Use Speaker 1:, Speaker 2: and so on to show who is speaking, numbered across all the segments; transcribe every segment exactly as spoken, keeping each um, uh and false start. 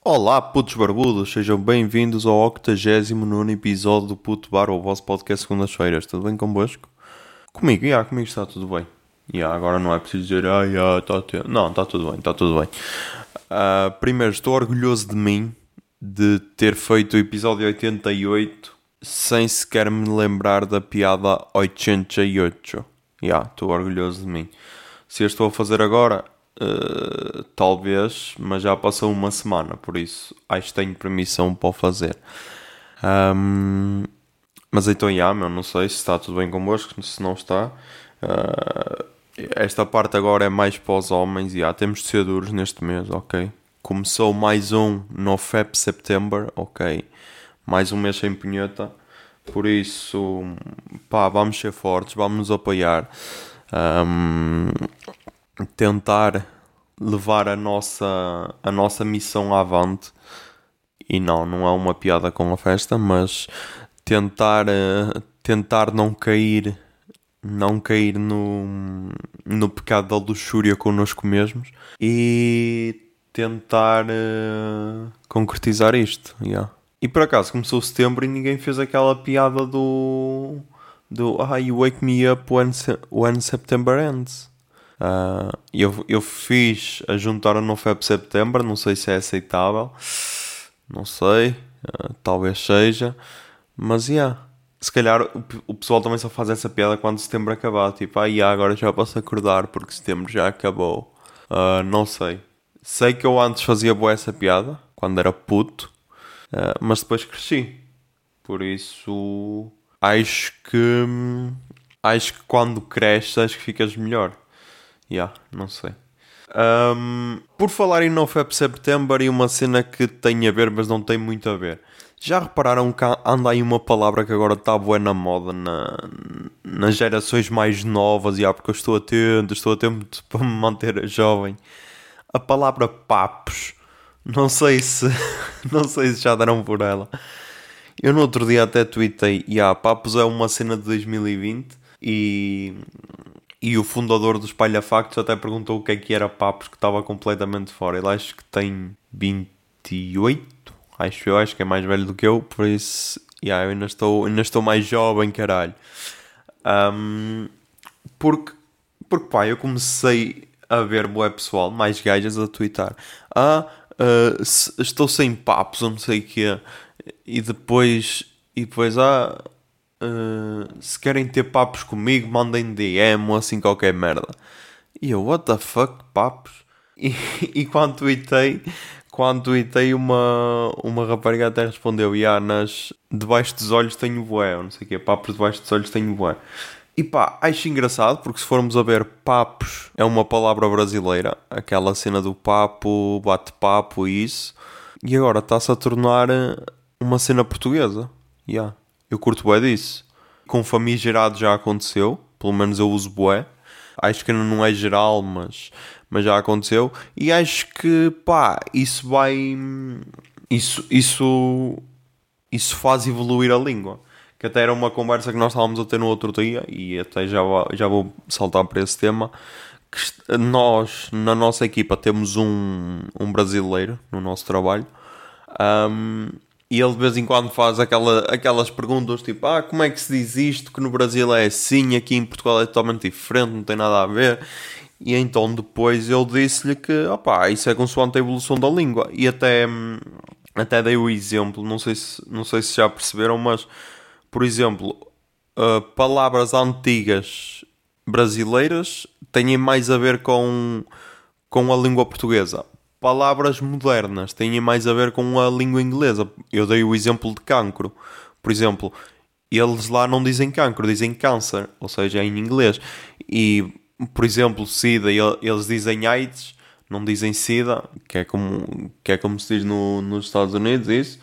Speaker 1: Olá, putos barbudos, sejam bem-vindos ao octogésimo nono episódio do Puto Bar, o vosso podcast segundas-feiras. Tudo bem convosco? Comigo, já, comigo está tudo bem. Já, agora não é preciso dizer, ah, já, está tudo... Não, está tudo bem, está tudo bem. Uh, primeiro, estou orgulhoso de mim, de ter feito o episódio oitenta e oito, sem sequer me lembrar da piada oitenta e oito. Já, estou orgulhoso de mim. Se eu estou a fazer agora... Uh, talvez, mas já passou uma semana, por isso acho que tenho permissão para o fazer. Um, mas então, já, meu, não sei se está tudo bem convosco, se não está. Uh, esta parte agora é mais para os homens, e já, temos de ser duros neste mês, ok? Começou mais um no Feb September, ok? Mais um mês sem punheta, por isso, pá, vamos ser fortes, vamos nos apoiar. Um, tentar levar a nossa, a nossa missão avante, e não, não é uma piada com a festa, mas tentar, uh, tentar não cair, não cair no, no pecado da luxúria connosco mesmos e tentar uh, concretizar isto. Yeah. E por acaso começou setembro e ninguém fez aquela piada do, do ah, you wake me up when, when September ends. Uh, eu, eu fiz a juntar no Feb September, não sei se é aceitável, não sei, uh, talvez seja, mas yeah, se calhar o, o pessoal também só faz essa piada quando setembro acabar, tipo, ah, yeah, agora já posso acordar porque setembro já acabou. Uh, não sei, sei que eu antes fazia boa essa piada, quando era puto, uh, mas depois cresci, por isso acho que, acho que quando cresces, acho que ficas melhor. Já, yeah, não sei. Um, por falar em NoFap September e uma cena que tem a ver, mas não tem muito a ver. Já repararam que anda aí uma palavra que agora está boa na moda na, nas gerações mais novas? Já, porque eu estou atento, estou atento para me manter jovem. A palavra papos. Não sei se, não sei se já deram por ela. Eu no outro dia até tuitei, já, yeah, papos é uma cena de dois mil e vinte e... E o fundador do Espalha Factos até perguntou o que é que era papos, que estava completamente fora. Ele acho que tem vinte e oito, acho eu, acho que é mais velho do que eu, por isso, yeah, eu ainda estou, ainda estou mais jovem, caralho. Um, porque, porque pá, eu comecei a ver bué pessoal, mais gajas a twittar. Ah, uh, se, estou sem papos, ou não sei o quê. E depois, e depois, ah... Uh, se querem ter papos comigo, mandem D M ou assim qualquer merda. E eu, what the fuck, papos? E, e quando tuitei, quando tuitei uma, uma rapariga até respondeu, yeah, nas, debaixo dos olhos tenho bué, ou não sei o quê, papos debaixo dos olhos tenho bué. E pá, acho engraçado, porque se formos a ver, papos é uma palavra brasileira, aquela cena do papo, bate-papo e isso, e agora está-se a tornar uma cena portuguesa. Yeah. Eu curto bué disso. Com famigerado já aconteceu. Pelo menos eu uso bué. Acho que não é geral, mas, mas já aconteceu. E acho que, pá, isso vai... Isso, isso, isso faz evoluir a língua. Que até era uma conversa que nós estávamos a ter no outro dia. E até já, já vou saltar para esse tema. Que nós, na nossa equipa, temos um, um brasileiro no nosso trabalho. Um, E ele de vez em quando faz aquela, aquelas perguntas tipo, ah, como é que se diz isto, que no Brasil é assim, aqui em Portugal é totalmente diferente, não tem nada a ver. E então depois eu disse-lhe que, opá, isso é consoante a evolução da língua. E até, até dei o exemplo, não sei se, não sei se já perceberam, mas, por exemplo, uh, palavras antigas brasileiras têm mais a ver com, com a língua portuguesa. Palavras modernas têm mais a ver com a língua inglesa. Eu dei o exemplo de cancro. Por exemplo, eles lá não dizem cancro, dizem câncer, ou seja, é em inglês. E, por exemplo, SIDA, eles dizem AIDS, não dizem SIDA, que é como, que é como se diz no, nos Estados Unidos, isso.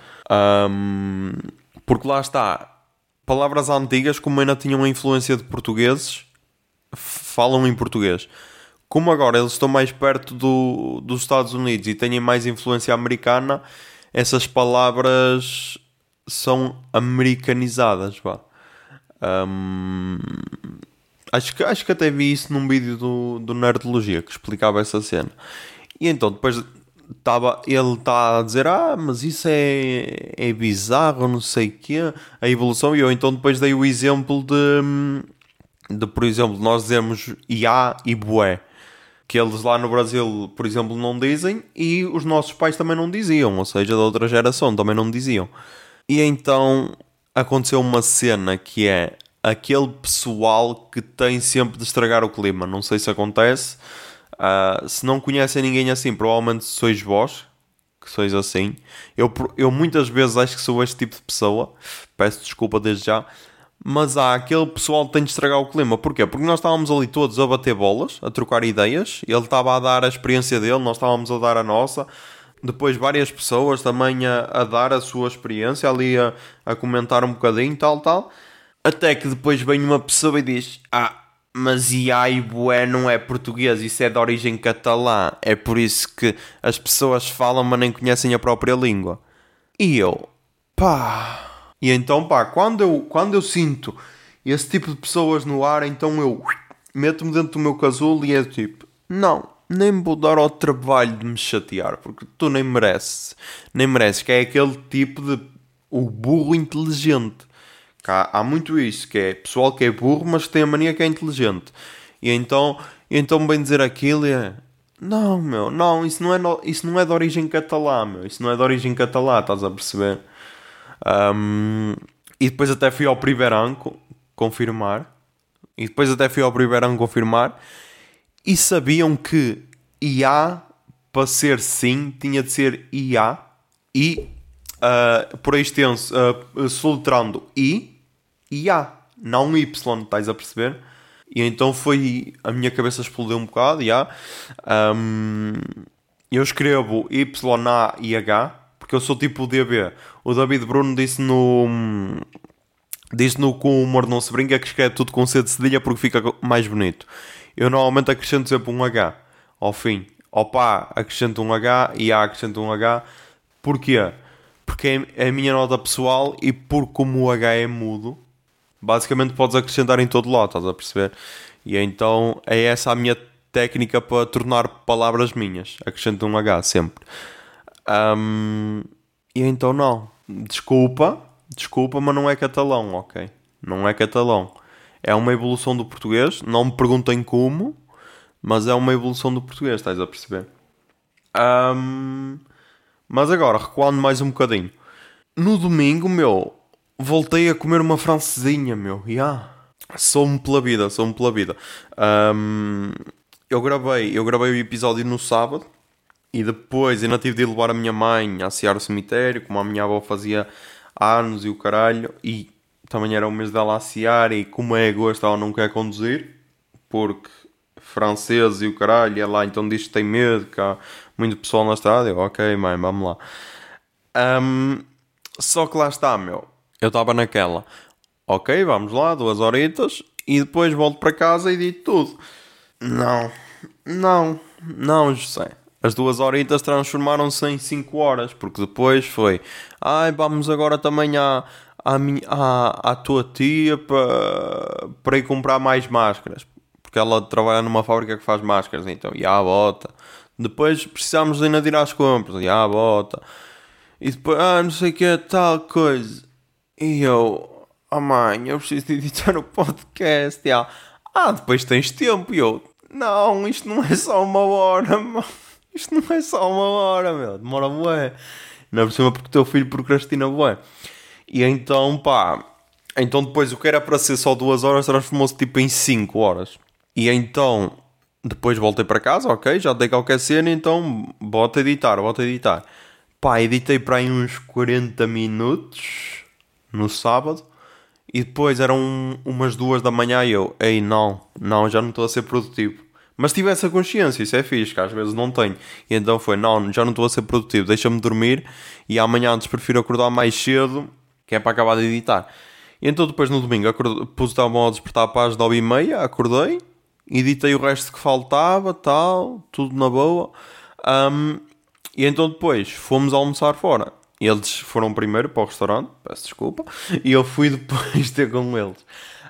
Speaker 1: Um, porque lá está, palavras antigas, como ainda tinham a influência de portugueses, falam em português. Como agora eles estão mais perto do, dos Estados Unidos e têm mais influência americana, essas palavras são americanizadas, vá. Um, acho, que, acho que até vi isso num vídeo do, do Nerdologia que explicava essa cena. E então, depois tava, ele está a dizer, ah, mas isso é, é bizarro, não sei o quê, a evolução, e eu então depois dei o exemplo de, de por exemplo, nós dizemos ia e bué, que eles lá no Brasil, por exemplo, não dizem, e os nossos pais também não diziam, ou seja, da outra geração também não diziam. E então aconteceu uma cena que é aquele pessoal que tem sempre de estragar o clima. Não sei se acontece. Uh, se não conhecem ninguém assim, provavelmente sois vós que sois assim. Eu, eu muitas vezes acho que sou este tipo de pessoa. Peço desculpa desde já. Mas há aquele pessoal que tem de estragar o clima. Porquê? Porque nós estávamos ali todos a bater bolas, a trocar ideias. Ele estava a dar a experiência dele, nós estávamos a dar a nossa. Depois várias pessoas também a, a dar a sua experiência, ali a, a comentar um bocadinho, tal, tal. Até que depois vem uma pessoa e diz: Ah, mas Iai Bué não é português, isso é de origem catalã. É por isso que as pessoas falam, mas nem conhecem a própria língua. E eu, pá... E então, pá, quando eu, quando eu sinto esse tipo de pessoas no ar, então eu meto-me dentro do meu casulo e é tipo, não, nem me vou dar ao trabalho de me chatear, porque tu nem mereces. Nem mereces, que é aquele tipo de... o burro inteligente. Há, há muito isso, que é pessoal que é burro, mas que tem a mania que é inteligente. E então, e então bem dizer aquilo é... Não, meu, não, isso não é, no, isso não é de origem catalã, meu. Isso não é de origem catalã, estás a perceber? Um, e depois até fui ao Primeirão confirmar. E depois até fui ao Primeirão confirmar. E sabiam que I A, para ser sim, tinha de ser I A. E, uh, por extenso, uh, soletrando I, I A. Não Y, estás a perceber? E então foi... A minha cabeça explodiu um bocado, I A. Um, eu escrevo Y, A e H... Porque eu sou tipo o D B. O David Bruno disse no... Disse no Com o Humor Não Se Brinca que escreve tudo com C de cedilha porque fica mais bonito. Eu normalmente acrescento sempre um H ao fim. Ao pá acrescento um H e A acrescento um H. Porquê? Porque é a minha nota pessoal e por como o H é mudo, basicamente podes acrescentar em todo lado, estás a perceber? E então é essa a minha técnica para tornar palavras minhas. Acrescento um H sempre. Um, e então não, desculpa, desculpa, mas não é catalão, ok? Não é catalão. É uma evolução do português, não me perguntem como, mas é uma evolução do português, estás a perceber? Um, mas agora, recuando mais um bocadinho. No domingo, meu, voltei a comer uma francesinha, meu, yeah. Sou-me pela vida, sou-me pela vida. Um, eu gravei, eu gravei o episódio no sábado. E depois ainda tive de levar a minha mãe a assear o cemitério, como a minha avó fazia há anos e o caralho. E também era o mês dela a assear e como é agosto ela não quer conduzir, porque francês e o caralho, é lá, então diz que tem medo, que há muito pessoal na estrada. Eu, ok mãe, vamos lá. Um, só que lá está, meu. Eu estava naquela, ok, vamos lá, duas horitas, e depois volto para casa e digo tudo. Não, não, não, José. As duas horitas transformaram-se em cinco horas, porque depois foi, ai, vamos agora também à, à, minha, à, à tua tia para, para ir comprar mais máscaras, porque ela trabalha numa fábrica que faz máscaras, então, e à bota. Depois precisamos ainda de ir às compras, e à bota. E depois, ah, não sei o que é, tal coisa. E eu, oh mãe, eu preciso de editar o podcast, e ela, ah, depois tens tempo, e eu, não, isto não é só uma hora, mano. Isto não é só uma hora, meu. Demora bué. Não é por cima porque o teu filho procrastina bué. E então, pá... Então depois o que era para ser só duas horas transformou-se tipo em cinco horas. E então... Depois voltei para casa, ok? Já dei qualquer cena, então... Bota editar, bota editar. Pá, editei para aí uns quarenta minutos... No sábado. E depois eram umas duas da manhã e eu... Ei, não. Não, já não estou a ser produtivo. Mas tive essa consciência, isso é fixe, que às vezes não tenho. E então foi, não, já não estou a ser produtivo, deixa-me dormir e amanhã antes prefiro acordar mais cedo, que é para acabar de editar. E então depois no domingo acordei, pus o telemóvel a despertar para as nove e meia, acordei, editei o resto que faltava, tal, tudo na boa. Um, e então depois fomos almoçar fora. Eles foram primeiro para o restaurante, peço desculpa, e eu fui depois ter com eles.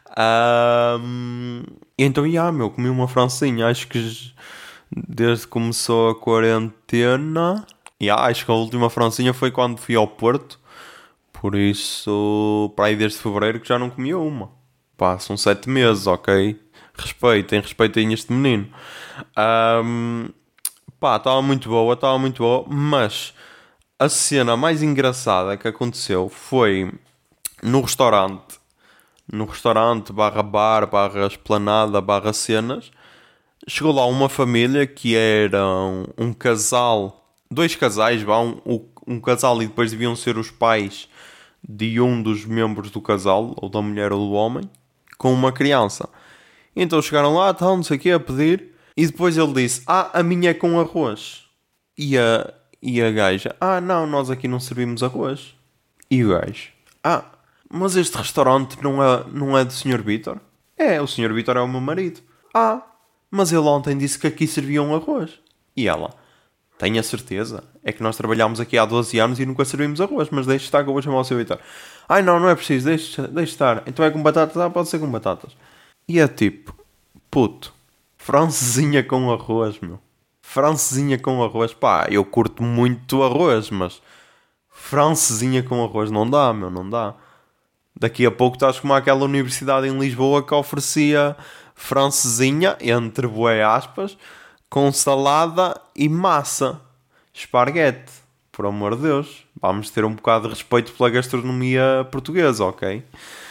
Speaker 1: Um, então, já, meu, comi uma francinha. Acho que desde que começou a quarentena, E ah, acho que a última francesinha foi quando fui ao Porto. Por isso, para aí desde fevereiro que já não comia uma. Pá, são sete meses, ok? Respeitem, respeitem este menino. Um, pá, estava muito boa, estava muito boa. Mas a cena mais engraçada que aconteceu foi no restaurante. No restaurante, barra bar, barra esplanada, barra cenas. Chegou lá uma família que era um, um casal, dois casais, vá, um, um casal e depois deviam ser os pais de um dos membros do casal, ou da mulher ou do homem, com uma criança. Então chegaram lá, tal, não sei o quê, a pedir, e depois ele disse, ah, a minha é com arroz. E a, e a gaja, ah, não, nós aqui não servimos arroz. E o gajo, ah, mas este restaurante não é, não é do senhor Vítor? É, o senhor Vítor é o meu marido. Ah, mas ele ontem disse que aqui serviam arroz. E ela, tenho a certeza, é que nós trabalhámos aqui há doze anos e nunca servimos arroz, mas deixe estar que eu vou chamar o seu Vitor. Ai não, não é preciso, deixe, deixe estar. Então é com batatas? Ah, pode ser com batatas. E é tipo, puto, francesinha com arroz, meu. Francesinha com arroz, pá, eu curto muito arroz, mas francesinha com arroz não dá, meu, não dá. Daqui a pouco estás como aquela universidade em Lisboa que oferecia francesinha, entre bué aspas, com salada e massa. Esparguete. Por amor de Deus. Vamos ter um bocado de respeito pela gastronomia portuguesa, ok?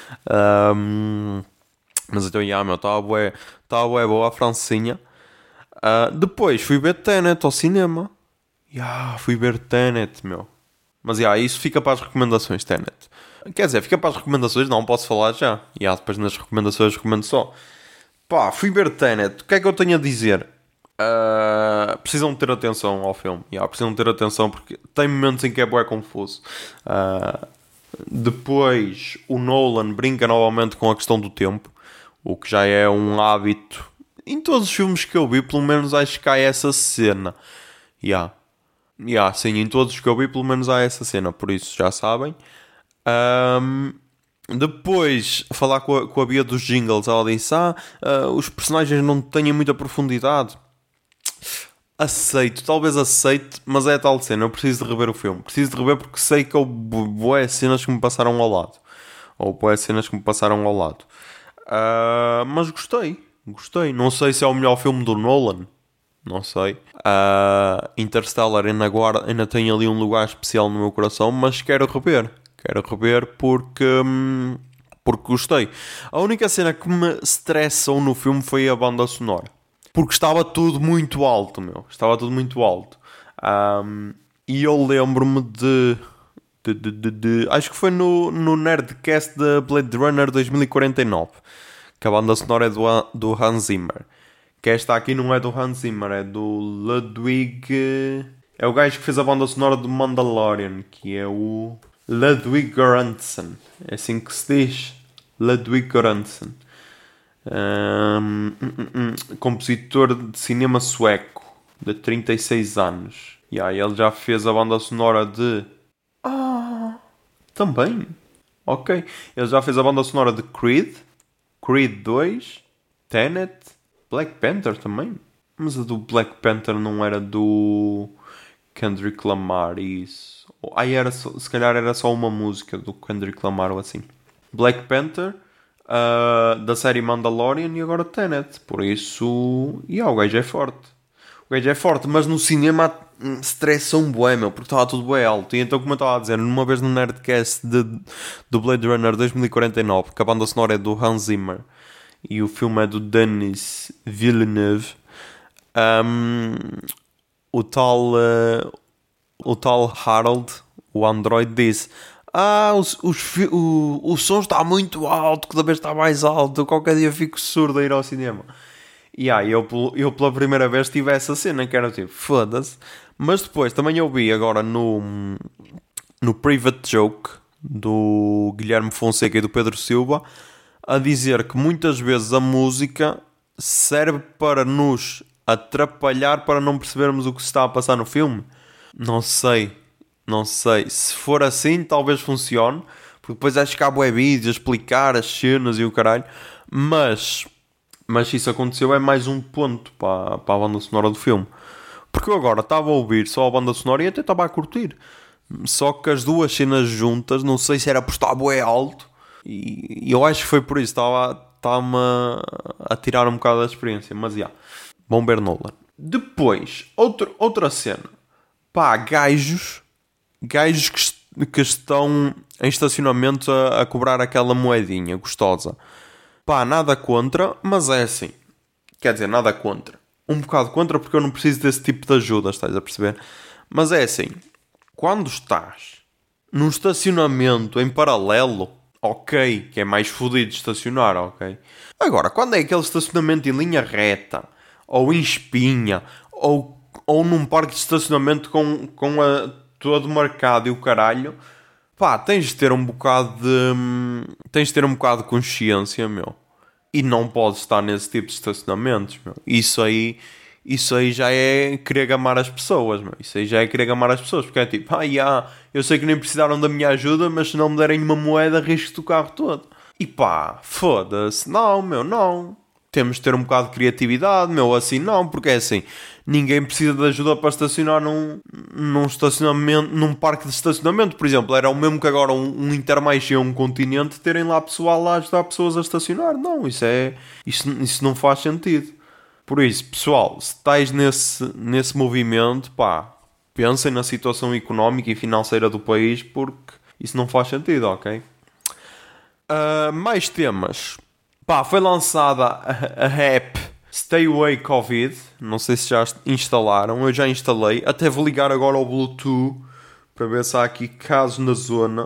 Speaker 1: Um, mas então, já, meu, estava bué, estava bué boa a francesinha. Uh, depois fui ver Tenet ao cinema. Já, fui ver Tenet, meu. Mas, já, isso fica para as recomendações, Tenet. Quer dizer, fica para as recomendações, não posso falar já. E há depois nas recomendações recomendo só. Pá, fui ver Tenet. O que é que eu tenho a dizer? Uh, precisam ter atenção ao filme. Yeah, precisam ter atenção porque tem momentos em que é bué confuso. Uh, depois, o Nolan brinca novamente com a questão do tempo. O que já é um hábito. Em todos os filmes que eu vi, pelo menos acho que há essa cena. Yeah. Yeah, sim, em todos os que eu vi, pelo menos há essa cena. Por isso, já sabem. Um, depois, falar com a, com a Bia dos jingles, ela disse: Ah, uh, os personagens não têm muita profundidade. Aceito, talvez aceite, mas é a tal cena. Eu preciso de rever o filme. Preciso de rever porque sei que houve boas cenas que me passaram ao lado. Ou boas cenas que me passaram ao lado. Uh, mas gostei, gostei. Não sei se é o melhor filme do Nolan. Não sei. Uh, Interstellar ainda, guarda, ainda tem ali um lugar especial no meu coração, mas quero rever. Quero rever porque, hum, porque gostei. A única cena que me estressou no filme foi a banda sonora. Porque estava tudo muito alto, meu. Estava tudo muito alto. Um, e eu lembro-me de, de, de, de, de... Acho que foi no, no Nerdcast da Blade Runner dois mil e quarenta e nove. Que a banda sonora é do, do Hans Zimmer. Que esta aqui não é do Hans Zimmer, é do Ludwig... É o gajo que fez a banda sonora do Mandalorian, que é o Ludwig Göransson. É assim que se diz. Ludwig Göransson. Um, um, um, compositor de cinema sueco, de trinta e seis anos. E aí ele já fez a banda sonora de... Ah, também. Ok. Ele já fez a banda sonora de Creed, Creed dois, Tenet, Black Panther também. Mas a do Black Panther não era do Kendrick Lamar, isso. Aí era só, se calhar era só uma música do Kendrick Lamar ou assim. Black Panther, uh, da série Mandalorian e agora Tenet. Por isso, e yeah, o gajo é forte. O gajo é forte, mas no cinema estressa um bué, meu, porque estava tudo bué alto. E então, como eu estava a dizer, numa vez no Nerdcast de, do Blade Runner dois mil e quarenta e nove, que a banda sonora é do Hans Zimmer e o filme é do Denis Villeneuve, um, o tal uh, o tal Harold, o Android, disse: Ah, os, os, o, o som está muito alto, cada vez está mais alto, eu qualquer dia fico surdo a ir ao cinema. E aí eu, eu pela primeira vez tive essa cena que era tipo, foda-se. Mas depois também eu vi agora no, no Private Joke do Guilherme Fonseca e do Pedro Silva a dizer que muitas vezes a música serve para nos atrapalhar para não percebermos o que se está a passar no filme. Não sei, não sei. Se for assim, talvez funcione, porque depois acho que há bué vídeos a explicar as cenas e o caralho. Mas, mas se isso aconteceu é mais um ponto para, para a banda sonora do filme. Porque eu agora estava a ouvir só a banda sonora e até estava a curtir. Só que as duas cenas juntas, não sei se era por estar bué alto. E, e eu acho que foi por isso. Estava, estava-me a, a tirar um bocado da experiência. Mas, já. Yeah, Bomber Nolan. Depois, outro, outra cena. Pá, gajos. Gajos que, que estão em estacionamento a, a cobrar aquela moedinha gostosa. Pá, nada contra, mas é assim. Quer dizer, nada contra. Um bocado contra porque eu não preciso desse tipo de ajuda, estás a perceber? Mas é assim. Quando estás num estacionamento em paralelo, ok, que é mais fodido de estacionar, ok? Agora, quando é aquele estacionamento em linha reta, ou em espinha, ou, ou num parque de estacionamento com, com a, todo marcado e o caralho, pá, tens de ter um bocado de... Tens de ter um bocado de consciência, meu. E não podes estar nesse tipo de estacionamentos, meu. Isso aí... Isso aí já é querer gamar as pessoas, meu. Isso aí já é querer gamar as pessoas. Porque é tipo, ah, yeah, eu sei que nem precisaram da minha ajuda, mas se não me derem uma moeda, risco do carro todo. E pá, foda-se. Não, meu, não. Temos de ter um bocado de criatividade, meu. Assim não, porque é assim. Ninguém precisa de ajuda para estacionar num, num estacionamento, num parque de estacionamento, por exemplo. Era o mesmo que agora um, um Intermarché ou um Continente terem lá pessoal lá a ajudar pessoas a estacionar. Não, isso é... Isso, isso não faz sentido. Por isso, pessoal, se estáis nesse, nesse movimento, pá, pensem na situação económica e financeira do país, porque isso não faz sentido, ok? Uh, mais temas. Pá, foi lançada a, a app Stay Away Covid. Não sei se já instalaram. Eu já instalei. Até vou ligar agora ao Bluetooth para ver se há aqui casos na zona.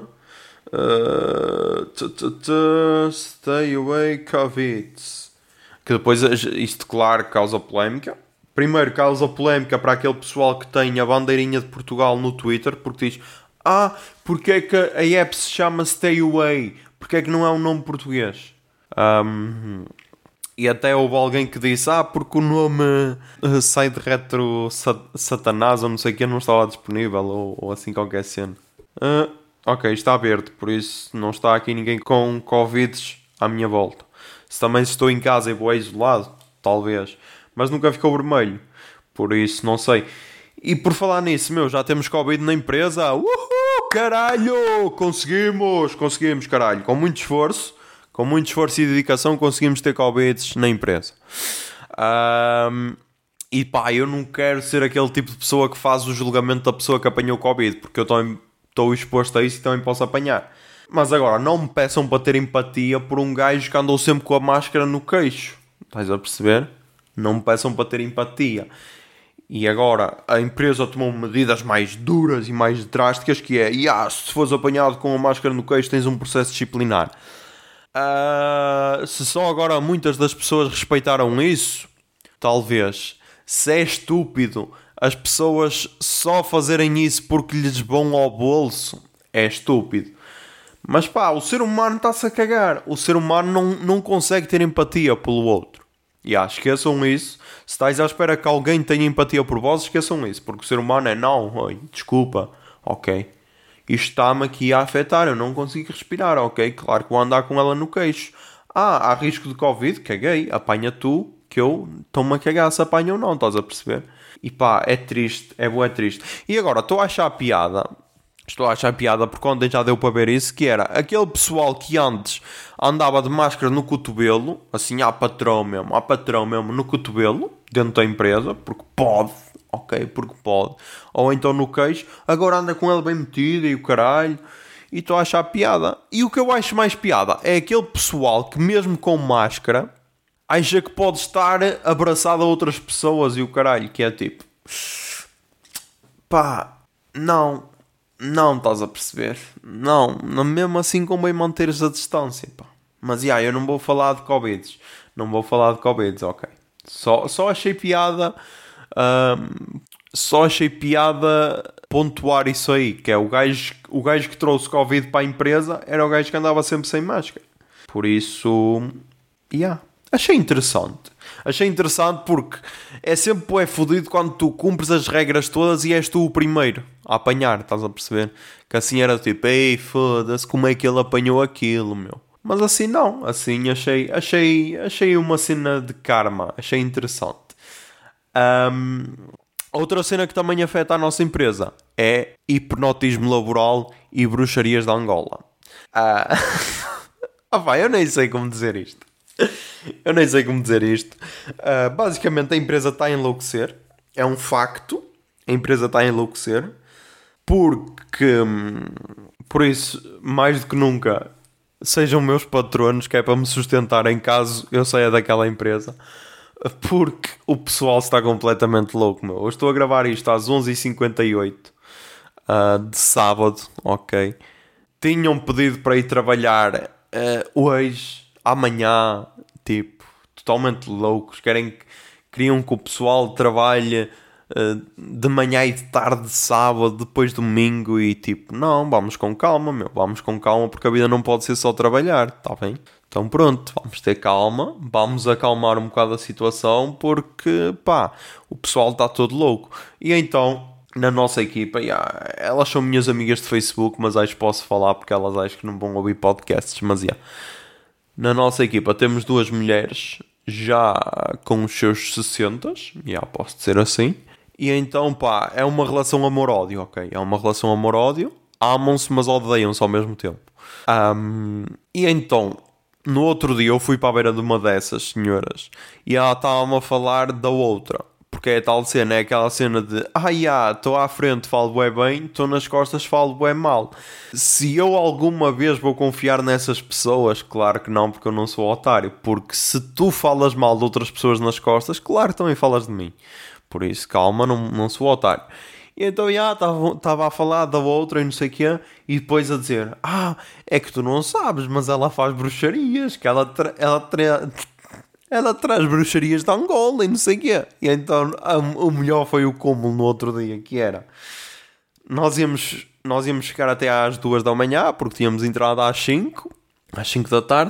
Speaker 1: Uh, Stay Away Covid. Que depois isto, claro, causa polémica. Primeiro, causa polémica para aquele pessoal que tem a bandeirinha de Portugal no Twitter, porque diz, ah, porque é que a app se chama Stay Away? Porque é que não é um nome português? Um, e até houve alguém que disse, ah, porque o nome uh, sai de retro Satanás ou não sei o que, não está lá disponível, ou, ou assim qualquer cena. Uh, ok, está verde, por isso não está aqui ninguém com Covids à minha volta. Se também estou em casa e vou isolado, talvez. Mas nunca ficou vermelho. Por isso, não sei. E por falar nisso, meu, já temos Covid na empresa. Uhul, caralho! Conseguimos! Conseguimos, caralho. Com muito esforço, com muito esforço e dedicação, conseguimos ter Covid na empresa. Um, e pá, eu não quero ser aquele tipo de pessoa que faz o julgamento da pessoa que apanhou Covid. Porque eu estou exposto a isso e também posso apanhar. Mas agora, não me peçam para ter empatia por um gajo que andou sempre com a máscara no queixo. Estás a perceber? Não me peçam para ter empatia. E agora, a empresa tomou medidas mais duras e mais drásticas, que é, ah, se fores apanhado com a máscara no queixo, tens um processo disciplinar. Uh, se só agora muitas das pessoas respeitaram isso, talvez. Se é estúpido as pessoas só fazerem isso porque lhes vão ao bolso, é estúpido. Mas pá, o ser humano está-se a cagar. O ser humano não, não consegue ter empatia pelo outro. E ah, esqueçam isso. Se estáis à espera que alguém tenha empatia por vós, esqueçam isso. Porque o ser humano é não, oi, desculpa, ok. Isto está-me aqui a afetar, eu não consigo respirar, ok. Claro que vou andar com ela no queixo. Ah, há risco de Covid, caguei, apanha tu, que eu estou-me a cagar se apanha ou não, estás a perceber? E pá, é triste, é bué triste. E agora, estou a achar piada... Estou a achar piada porque ontem já deu para ver isso, que era aquele pessoal que antes andava de máscara no cotovelo, assim, à patrão mesmo, à patrão mesmo, no cotovelo, dentro da empresa, porque pode, ok, porque pode, ou então no queixo, agora anda com ele bem metido e o caralho, e estou a achar piada. E o que eu acho mais piada é aquele pessoal que mesmo com máscara, acha que pode estar abraçado a outras pessoas e o caralho, que é tipo, pá, não... Não estás a perceber? Não, mesmo assim convém manteres a distância, pá. Mas, já, yeah, eu não vou falar de Covids. Não vou falar de Covids, ok. Só, só achei piada... Um, só achei piada pontuar isso aí, que é o gajo, o gajo que trouxe Covid para a empresa era o gajo que andava sempre sem máscara. Por isso, yeah, achei interessante. Achei interessante porque é sempre é fodido quando tu cumpres as regras todas e és tu o primeiro a apanhar, estás a perceber? Que assim era tipo, ei, foda-se, como é que ele apanhou aquilo, meu? Mas assim não, assim achei, achei, achei uma cena de karma, achei interessante. Um, Outra cena que também afeta a nossa empresa é hipnotismo laboral e bruxarias de Angola. Ah, ah pá, eu nem sei como dizer isto. Eu nem sei como dizer isto. Uh, basicamente a empresa está a enlouquecer. É um facto. A empresa está a enlouquecer. Porque, por isso, mais do que nunca, sejam meus patronos, que é para me sustentarem caso eu saia daquela empresa. Porque o pessoal está completamente louco, meu. Eu estou a gravar isto às onze e cinquenta e oito uh, de sábado, ok? Tinham pedido para ir trabalhar uh, hoje, amanhã, tipo, totalmente loucos. Querem, queriam que o pessoal trabalhe uh, de manhã e de tarde de sábado, depois domingo e tipo, não, vamos com calma, meu. Vamos com calma porque a vida não pode ser só trabalhar, tá bem? Então pronto, vamos ter calma, vamos acalmar um bocado a situação porque, pá, o pessoal está todo louco. E então, na nossa equipa, yeah, elas são minhas amigas de Facebook, mas acho que posso falar porque elas acho que não vão ouvir podcasts, mas yeah. Na nossa equipa temos duas mulheres já com os seus sessenta, já posso dizer assim. E então, pá, é uma relação amor-ódio, ok? É uma relação amor-ódio, amam-se mas odeiam-se ao mesmo tempo. Um, e então... No outro dia eu fui para a beira de uma dessas senhoras e ela estava-me a falar da outra. Porque é a tal cena, é aquela cena de ah, já, estou à frente, falo bué bem, estou nas costas, falo bué mal. Se eu alguma vez vou confiar nessas pessoas, claro que não, porque eu não sou otário. Porque se tu falas mal de outras pessoas nas costas, claro que também falas de mim. Por isso, calma, não, não sou otário. E então, já, estava a falar da outra e não sei o quê, e depois a dizer, ah, é que tu não sabes, mas ela faz bruxarias, que ela, tra ela, tra ela traz bruxarias de Angola e não sei o quê. E então, a, o melhor foi o cúmulo no outro dia, que era, nós íamos, nós íamos chegar até às duas da manhã, porque tínhamos entrado às cinco, às cinco da tarde,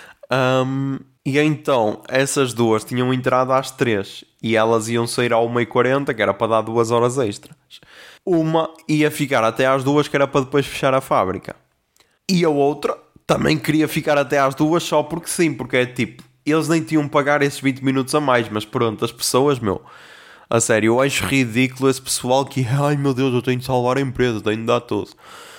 Speaker 1: um, e então, essas duas tinham entrado às três e elas iam sair à uma e quarenta, que era para dar duas horas extras. Uma ia ficar até às duas, que era para depois fechar a fábrica. E a outra também queria ficar até às duas só porque sim, porque é tipo, eles nem tinham que pagar esses vinte minutos a mais, mas pronto, as pessoas, meu, a sério, eu acho ridículo esse pessoal que, ai meu Deus, eu tenho de salvar a empresa, tenho de dar tudo.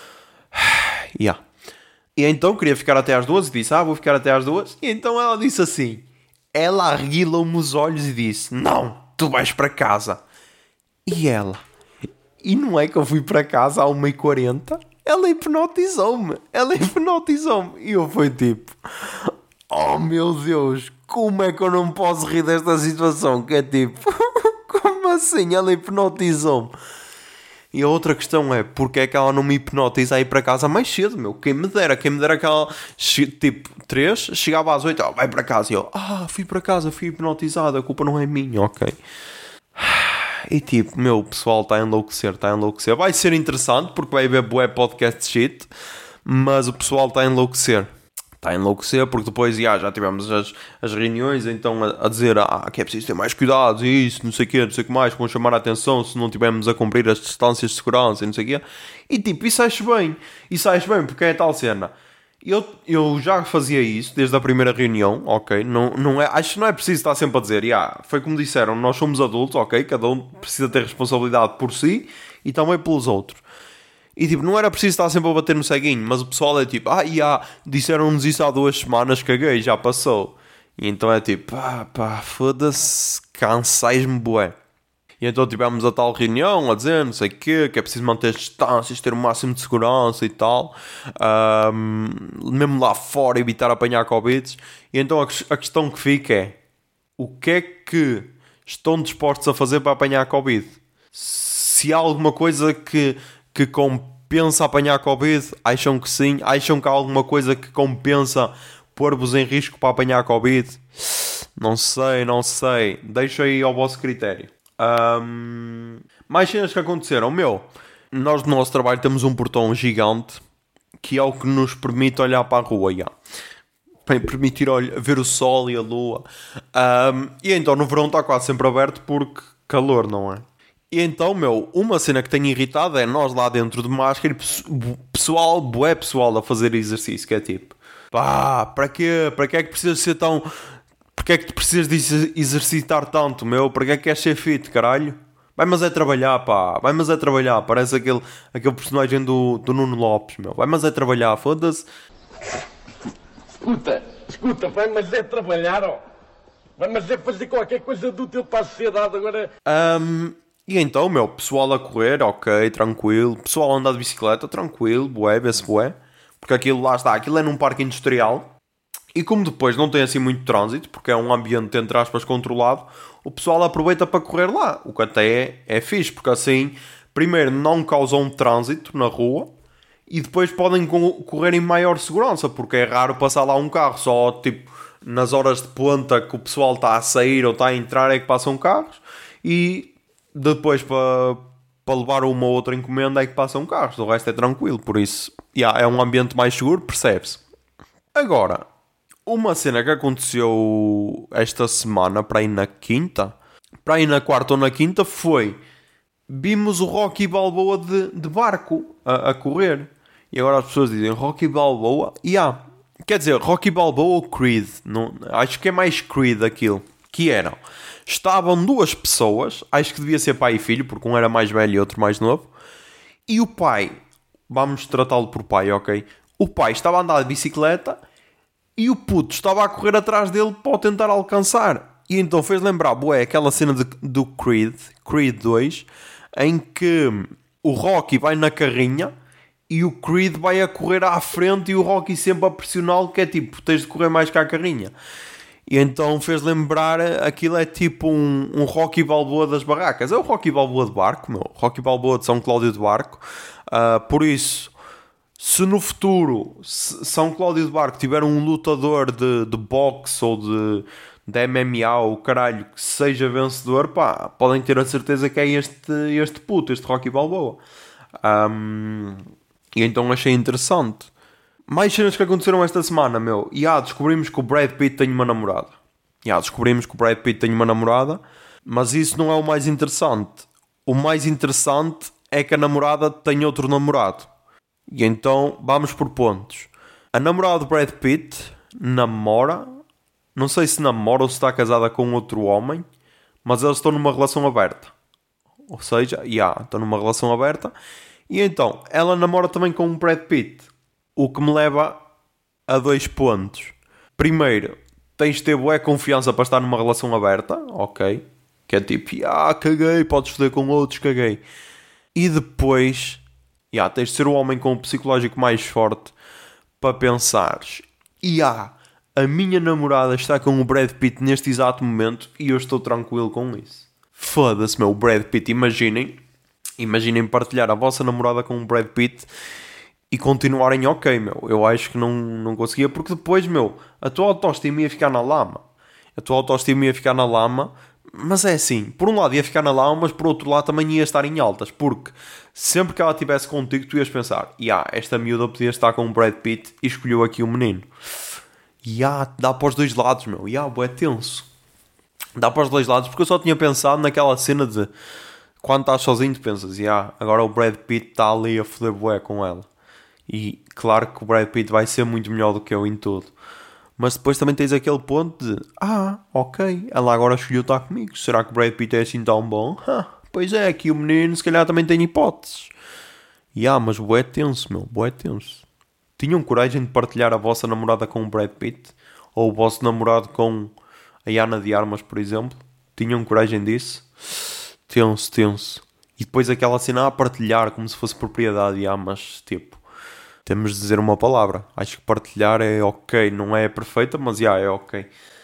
Speaker 1: Yeah. E então queria ficar até às duas e disse, ah, vou ficar até às duas. E então ela disse assim, ela arreguilou-me os olhos e disse, não, tu vais para casa. E ela, e não é que eu fui para casa à uma e quarenta? Ela hipnotizou-me, ela hipnotizou-me. E eu fui tipo, oh meu Deus, como é que eu não posso rir desta situação? Que é tipo, como assim? Ela hipnotizou-me. E a outra questão é, porque é que ela não me hipnotiza a ir para casa mais cedo, meu? Quem me dera, quem me dera que ela, tipo, três, chegava às oito, oh, vai para casa. E eu, ah, fui para casa, fui hipnotizado, a culpa não é minha, ok. E tipo, meu, o pessoal está a enlouquecer, está a enlouquecer. Vai ser interessante, porque vai haver bué podcast shit, mas o pessoal está a enlouquecer. Está a enlouquecer, porque depois já, já tivemos as, as reuniões, então a, a dizer ah, que é preciso ter mais cuidados, e isso, não sei o quê, não sei o que mais, vão chamar a atenção se não estivermos a cumprir as distâncias de segurança e não sei o quê. E tipo, isso acho bem, isso acho bem, porque é tal cena. Eu, eu já fazia isso desde a primeira reunião, ok? Não, não é, acho que não é preciso estar sempre a dizer, yeah, foi como disseram, nós somos adultos, ok? Cada um precisa ter responsabilidade por si e também pelos outros. E tipo, não era preciso estar sempre a bater no ceguinho, mas o pessoal é tipo, ah, yeah, disseram-nos isso há duas semanas, caguei, já passou. E então é tipo, ah, pá, foda-se, cansais-me bué. E então tivemos a tal reunião a dizer, não sei o quê, que é preciso manter as distâncias, ter o máximo de segurança e tal. Um, mesmo lá fora, evitar apanhar Covid. E então a, a questão que fica é, o que é que estão dispostos a fazer para apanhar Covid? Se há alguma coisa que... que compensa apanhar Covid, acham que sim, acham que há alguma coisa que compensa pôr-vos em risco para apanhar Covid, não sei, não sei, deixo aí ao vosso critério. Um, mais cenas que aconteceram, meu, nós no nosso trabalho temos um portão gigante que é o que nos permite olhar para a rua, já. Bem, permitir olhar, ver o sol e a lua, um, e então no verão está quase sempre aberto porque calor, não é? E então, meu, uma cena que tem irritado é nós lá dentro de máscara e pessoal, bué pessoal a fazer exercício, que é tipo, pá, para quê? Para que é que precisas ser tão... Para que é que tu precisas de exercitar tanto, meu? Para que é que queres ser fit, caralho? Vai, mas é trabalhar, pá. Vai, mas é trabalhar. Parece aquele, aquele personagem do, do Nuno Lopes, meu. Vai, mas é trabalhar, foda-se.
Speaker 2: Escuta, escuta, vai, mas é trabalhar, ó. Vai, mas é fazer qualquer coisa de útil para a sociedade agora.
Speaker 1: Um, e então, meu, pessoal a correr, ok, tranquilo. Pessoal a andar de bicicleta, tranquilo, bué, vê-se bué. Porque aquilo lá está, aquilo é num parque industrial. E como depois não tem assim muito trânsito, porque é um ambiente, entre aspas, controlado, o pessoal aproveita para correr lá. O que até é, é fixe, porque assim, primeiro, não causam trânsito na rua e depois podem correr em maior segurança, porque é raro passar lá um carro. Só, tipo, nas horas de ponta que o pessoal está a sair ou está a entrar é que passam carros. E depois, para, para levar uma ou outra encomenda, é que passam carros. O resto é tranquilo, por isso, yeah, é um ambiente mais seguro, percebe-se. Agora... uma cena que aconteceu esta semana, para ir na quinta, para ir na quarta ou na quinta, foi... vimos o Rocky Balboa de, de barco a, a correr. E agora as pessoas dizem Rocky Balboa. E yeah, quer dizer, Rocky Balboa ou Creed. Não, acho que é mais Creed aquilo. Que eram... estavam duas pessoas, acho que devia ser pai e filho, porque um era mais velho e outro mais novo. E o pai... vamos tratá-lo por pai, ok? O pai estava a andar de bicicleta... e o puto estava a correr atrás dele para o tentar alcançar. E então fez lembrar, bué, aquela cena de, do Creed, Creed dois, em que o Rocky vai na carrinha e o Creed vai a correr à frente e o Rocky sempre a pressioná-lo, que é tipo, tens de correr mais que a carrinha. E então fez lembrar, aquilo é tipo um, um Rocky Balboa das barracas. É o Rocky Balboa de barco, meu. Rocky Balboa de São Cláudio de Barco. Uh, por isso... se no futuro São Cláudio de Barco tiver um lutador de, de boxe ou de, de M M A ou caralho que seja vencedor, pá, podem ter a certeza que é este, este puto, este Rocky Balboa. Um, e então achei interessante. Mais cenas que aconteceram esta semana, meu. E ah, descobrimos que o Brad Pitt tem uma namorada. E ah, descobrimos que o Brad Pitt tem uma namorada, mas isso não é o mais interessante. O mais interessante é que a namorada tem outro namorado. E então, vamos por pontos. A namorada do Brad Pitt namora... não sei se namora ou se está casada com outro homem, mas eles estão numa relação aberta. Ou seja, já, yeah, estão numa relação aberta. E então, ela namora também com o Brad Pitt. O que me leva a dois pontos. Primeiro, tens de ter boa confiança para estar numa relação aberta. Ok. Que é tipo, ah, caguei, podes foder com outros, caguei. E depois... yeah, tens de ser o homem com o psicológico mais forte para pensares, yeah, a minha namorada está com o Brad Pitt neste exato momento e eu estou tranquilo com isso. Foda-se, meu, o Brad Pitt, imaginem, imaginem partilhar a vossa namorada com o Brad Pitt e continuarem ok, meu. Eu acho que não, não conseguia, porque depois, meu, a tua autoestima ia ficar na lama. A tua autoestima ia ficar na lama. Mas é assim, por um lado ia ficar na lama, mas por outro lado também ia estar em altas, porque sempre que ela estivesse contigo, tu ias pensar, yeah, esta miúda podia estar com o Brad Pitt e escolheu aqui o menino. Yeah, dá para os dois lados, meu. Yeah, é tenso. Dá para os dois lados, porque eu só tinha pensado naquela cena de quando estás sozinho, tu pensas, yeah, agora o Brad Pitt está ali a foder bué com ela. E claro que o Brad Pitt vai ser muito melhor do que eu em tudo. Mas depois também tens aquele ponto de... ah, ok, ela agora escolheu estar comigo. Será que o Brad Pitt é assim tão bom? Ah, pois é, aqui o menino se calhar também tem hipóteses. E ah, mas bué tenso, meu, bué tenso. Tinham coragem de partilhar a vossa namorada com o Brad Pitt? Ou o vosso namorado com a Ana de Armas, por exemplo? Tinham coragem disso? Tenso, tenso. E depois aquela cena a partilhar como se fosse propriedade. Ah, mas tipo... temos de dizer uma palavra. Acho que partilhar é ok. Não é perfeita, mas já é ok.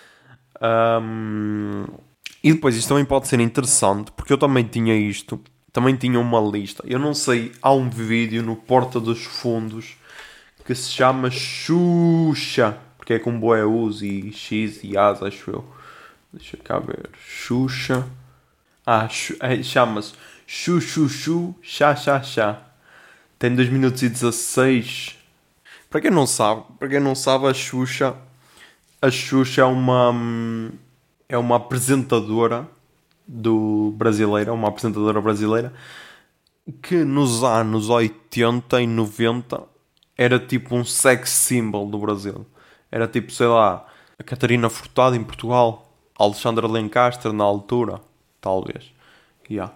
Speaker 1: Um... E depois isto também pode ser interessante, porque eu também tinha isto. Também tinha uma lista. Eu não sei, há um vídeo no Porta dos Fundos que se chama Xuxa. Porque é com boé U's e X e As, acho eu. Deixa cá ver. Xuxa. Ah, é, chama-se Xuxuxu Chá Chá Chá. Tem dois minutos e dezasseis. Para quem não sabe, para quem não sabe, a Xuxa, a Xuxa é uma é uma apresentadora do brasileira, uma apresentadora brasileira que nos anos oitenta e noventa era tipo um sex symbol do Brasil. Era tipo, sei lá, a Catarina Furtado em Portugal, a Alexandra Lencastre na altura, talvez. Yeah.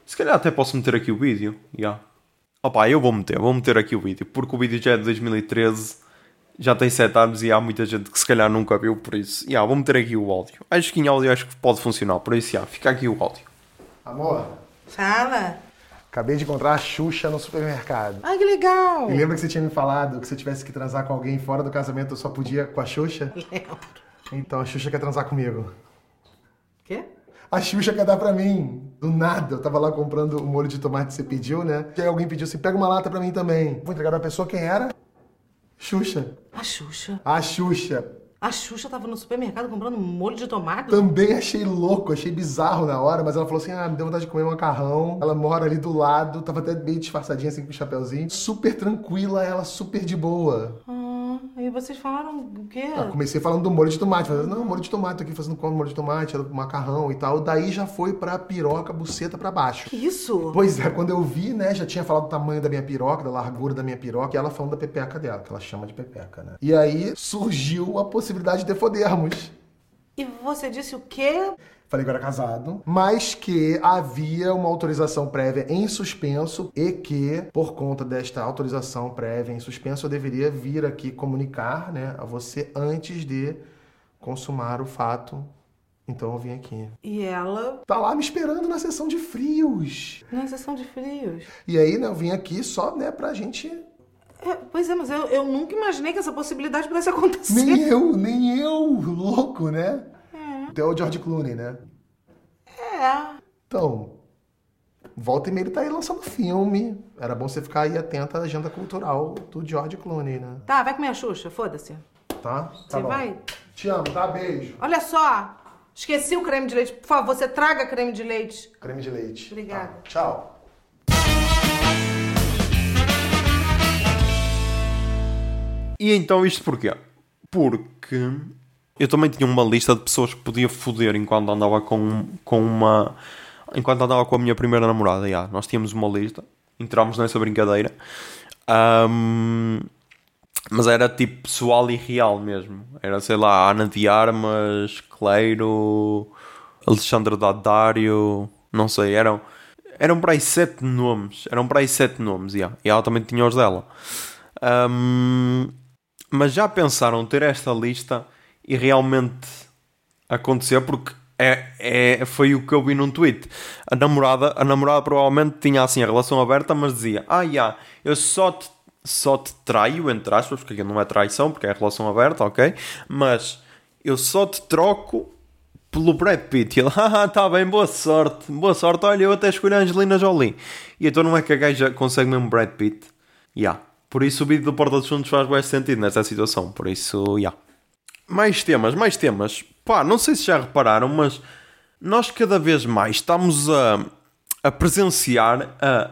Speaker 1: Se calhar até posso meter aqui o vídeo. Yeah. Opa, eu vou meter, vou meter aqui o vídeo. Porque o vídeo já é de dois mil e treze. Já tem sete anos e há muita gente que se calhar nunca viu. Por isso, yeah, vou meter aqui o áudio. Acho que em áudio acho que pode funcionar. Por isso, yeah, fica aqui o áudio.
Speaker 3: Amor,
Speaker 4: Fala.
Speaker 3: acabei de encontrar a Xuxa no supermercado.
Speaker 4: Ai, que legal.
Speaker 3: E lembra que você tinha me falado que se eu tivesse que transar com alguém fora do casamento eu só podia com a Xuxa?
Speaker 4: Lembro.
Speaker 3: Então a Xuxa quer transar comigo.
Speaker 4: Quê?
Speaker 3: A Xuxa quer dar pra mim. Do nada. Eu tava lá comprando o molho de tomate que você pediu, né? E aí alguém pediu assim, pega uma lata pra mim também. Vou entregar pra pessoa quem era? Xuxa.
Speaker 4: A Xuxa.
Speaker 3: A Xuxa.
Speaker 4: A Xuxa tava no supermercado comprando molho de tomate?
Speaker 3: Também achei louco, achei bizarro na hora, mas ela falou assim, ah, me deu vontade de comer um macarrão. Ela mora ali do lado, tava até meio disfarçadinha assim com o chapeuzinho. Super tranquila, ela super de boa.
Speaker 4: Ah, e vocês falaram o quê?
Speaker 3: Ah, comecei falando do molho de tomate. Falei, não, molho de tomate, tô aqui fazendo como molho de tomate, macarrão e tal. Daí já foi pra piroca, buceta pra baixo.
Speaker 4: Que isso?
Speaker 3: Pois é, quando eu vi, né, já tinha falado do tamanho da minha piroca, da largura da minha piroca, e ela falando da pepeca dela, que ela chama de pepeca, né? E aí surgiu a possibilidade de fodermos.
Speaker 4: E você disse o quê?
Speaker 3: Falei que eu era casado, mas que havia uma autorização prévia em suspenso e que, por conta desta autorização prévia em suspenso, eu deveria vir aqui comunicar, né, a você antes de consumar o fato. Então eu vim aqui.
Speaker 4: E ela
Speaker 3: Tá lá me esperando na sessão de frios.
Speaker 4: na sessão de frios.
Speaker 3: E aí, né, eu vim aqui só, né, pra gente...
Speaker 4: É, pois é, mas eu, eu nunca imaginei que essa possibilidade pudesse acontecer.
Speaker 3: Nem eu, nem eu, louco, né? Até o George Clooney, né?
Speaker 4: É.
Speaker 3: Então, volta e meia ele tá aí lançando filme. Era bom você ficar aí atenta à agenda cultural do George Clooney, né?
Speaker 4: Tá, vai comer a Xuxa, foda-se.
Speaker 3: Tá? Tá
Speaker 4: Você
Speaker 3: bom.
Speaker 4: vai?
Speaker 3: Te amo, tá? Beijo.
Speaker 4: Olha só, esqueci o creme de leite. Por favor, você traga creme de leite.
Speaker 3: Creme de leite.
Speaker 4: Obrigada.
Speaker 3: Tá. Tchau.
Speaker 1: E então isto porquê? Porque eu também tinha uma lista de pessoas que podia foder enquanto andava com, com uma... Enquanto andava com a minha primeira namorada, já. Nós tínhamos uma lista, entramos nessa brincadeira. Um, mas era tipo pessoal e real mesmo. Era, sei lá, Ana de Armas, Cleiro, Alexandre Daddario, não sei, eram... Eram para aí sete nomes. Eram para aí sete nomes, já. E ela também tinha os dela. Um, mas já pensaram ter esta lista e realmente acontecer? Porque é, é, foi o que eu vi num tweet. A namorada, a namorada provavelmente tinha assim a relação aberta, mas dizia: Ah, já, yeah, eu só te, só te traio, entre aspas, porque aquilo não é traição, porque é relação aberta, ok? Mas eu só te troco pelo Brad Pitt. E ele: Ah, tá bem, boa sorte, boa sorte. Olha, eu até escolhi a Angelina Jolie. E então não é que a gaja consegue mesmo Brad Pitt? Já. Yeah. Por isso o vídeo do Porta dos Fundos faz bem sentido nesta situação. Por isso, já. Yeah. Mais temas, mais temas. Pá, não sei se já repararam, mas nós cada vez mais estamos a, a presenciar a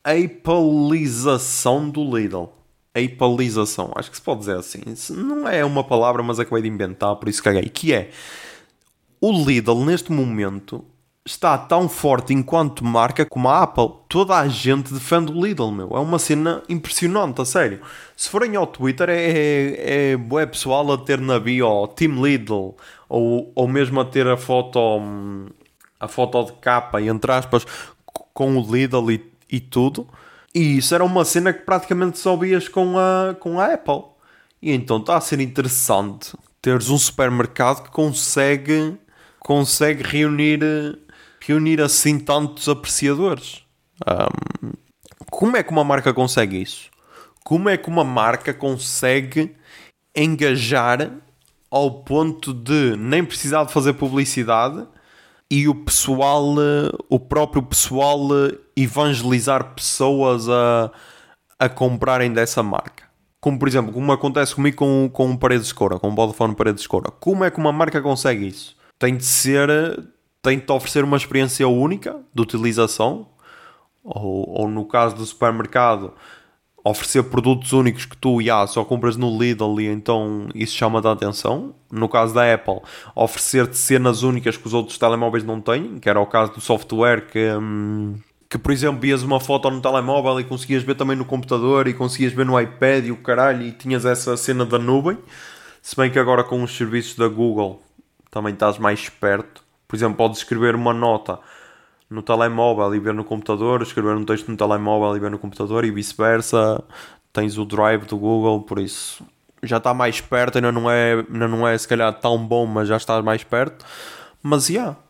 Speaker 1: apalização do Lidl. Apalização, acho que se pode dizer assim. Isso não é uma palavra, mas acabei de inventar, por isso caguei. Que é, o Lidl neste momento está tão forte enquanto marca como a Apple. Toda a gente defende o Lidl, meu. É uma cena impressionante, a sério. Se forem ao Twitter, é, é, é bué pessoal a ter na bio Team Lidl, ou, ou mesmo a ter a foto, a foto de capa, entre aspas, com o Lidl e, e tudo. E isso era uma cena que praticamente só vias com a, com a Apple. E então está a ser interessante teres um supermercado que consegue, consegue reunir... reunir assim tantos apreciadores. Um, como é que uma marca consegue isso? Como é que uma marca consegue engajar ao ponto de nem precisar de fazer publicidade e o pessoal, o próprio pessoal evangelizar pessoas a, a comprarem dessa marca? Como, por exemplo, como acontece comigo com, com um Paredes de Coura, com um Vodafone Paredes de Coura. Como é que uma marca consegue isso? Tem de ser... tem de oferecer uma experiência única de utilização, ou, ou no caso do supermercado, oferecer produtos únicos que tu já, só compras no Lidl e então isso chama-te a atenção. No caso da Apple, oferecer-te cenas únicas que os outros telemóveis não têm, que era o caso do software que, hum, que por exemplo, vias uma foto no telemóvel e conseguias ver também no computador e conseguias ver no iPad e o caralho, e tinhas essa cena da nuvem. Se bem que agora com os serviços da Google também estás mais esperto. Por exemplo, podes escrever uma nota no telemóvel e ver no computador, escrever um texto no telemóvel e ver no computador e vice-versa. Tens o Drive do Google, por isso já está mais perto, ainda não é, ainda não é se calhar tão bom, mas já está mais perto. Mas já, yeah,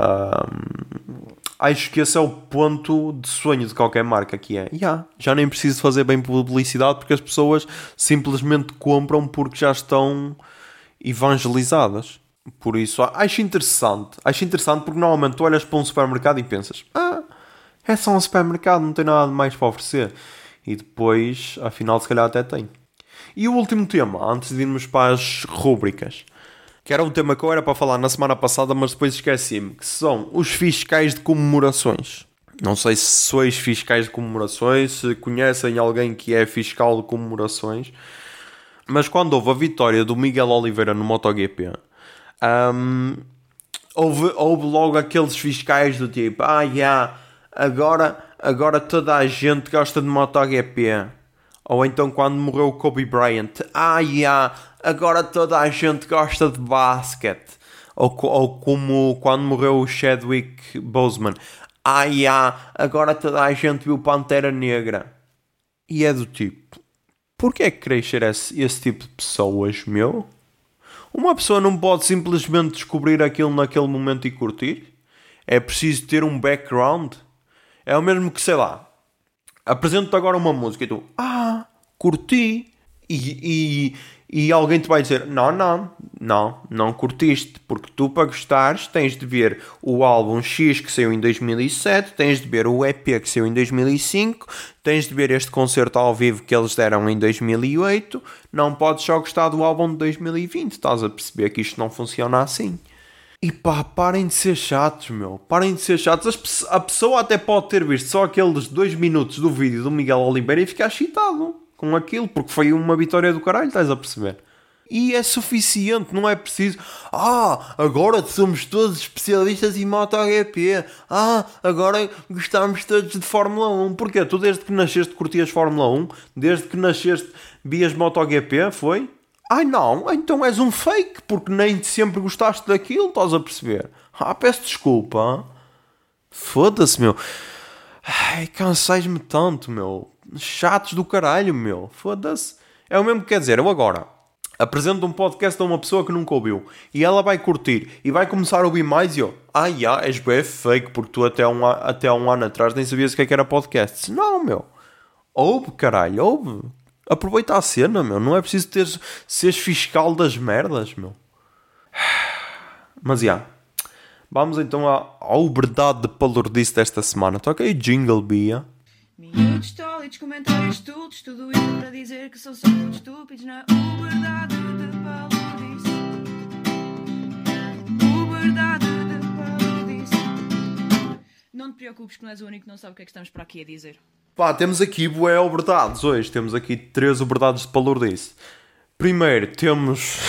Speaker 1: um, acho que esse é o ponto de sonho de qualquer marca, que é, yeah, já nem preciso fazer bem publicidade porque as pessoas simplesmente compram porque já estão evangelizadas. Por isso, acho interessante. Acho interessante porque normalmente tu olhas para um supermercado e pensas, ah, é só um supermercado, não tem nada mais para oferecer. E depois, afinal, se calhar até tem. E o último tema, antes de irmos para as rúbricas, que era um tema que eu era para falar na semana passada, mas depois esqueci-me, que são os fiscais de comemorações. Não sei se sois fiscais de comemorações, se conhecem alguém que é fiscal de comemorações, mas quando houve a vitória do Miguel Oliveira no MotoGP, um, houve, houve logo aqueles fiscais do tipo, ah, yeah, agora, agora toda a gente gosta de MotoGP. Ou então quando morreu o Kobe Bryant, ah, yeah, agora toda a gente gosta de basquete. Ou, ou como quando morreu o Chadwick Boseman, ah, yeah, agora toda a gente viu Pantera Negra. E é do tipo, porquê é que queres ser esse, esse tipo de pessoas, meu? Uma pessoa não pode simplesmente descobrir aquilo naquele momento e curtir? É preciso ter um background? É o mesmo que, sei lá, apresento-te agora uma música e tu, ah, curti. E, e, e alguém te vai dizer, não, não, não, não curtiste. Porque tu, para gostares, tens de ver o álbum X que saiu em dois mil e sete, tens de ver o E P que saiu em dois mil e cinco, tens de ver este concerto ao vivo que eles deram em dois mil e oito. Não podes só gostar do álbum de dois mil e vinte. Estás a perceber que isto não funciona assim. E pá, parem de ser chatos, meu. Parem de ser chatos. A pessoa até pode ter visto só aqueles dois minutos do vídeo do Miguel Oliveira e ficar excitado com aquilo, porque foi uma vitória do caralho, estás a perceber? E é suficiente, não é preciso. Ah, agora somos todos especialistas em MotoGP. Ah, agora gostamos todos de Fórmula um. Porquê? Tu desde que nasceste curtias Fórmula um? Desde que nasceste vias MotoGP, foi? Ai não, então és um fake, porque nem sempre gostaste daquilo, estás a perceber? Ah, peço desculpa. Foda-se, meu. Ai, cansais-me tanto, meu. Chatos do caralho, meu. Foda-se. É o mesmo que quer dizer, eu agora apresento um podcast a uma pessoa que nunca ouviu e ela vai curtir e vai começar a ouvir mais e eu, ah, já, és bem fake, porque tu até um, até um ano atrás nem sabias o que é que era podcast. Não, meu. Ouve, caralho, ouve. Aproveita a cena, meu. Não é preciso ter, seres fiscal das merdas, meu. Mas, já. Yeah. Vamos então à, à uberdade de palurdice desta semana. Toca aí Jingle Bia.
Speaker 5: Minutos tólidos, comentários estúpidos, tudo isso para dizer que são só muito estúpidos na uberdade de palurdice. Uberdade de palurdice. Não te preocupes que não és o único que não sabe o que é que estamos para aqui a dizer.
Speaker 1: Pá, temos aqui bué uberdades hoje. Temos aqui três uberdades de palurdice. Primeiro temos...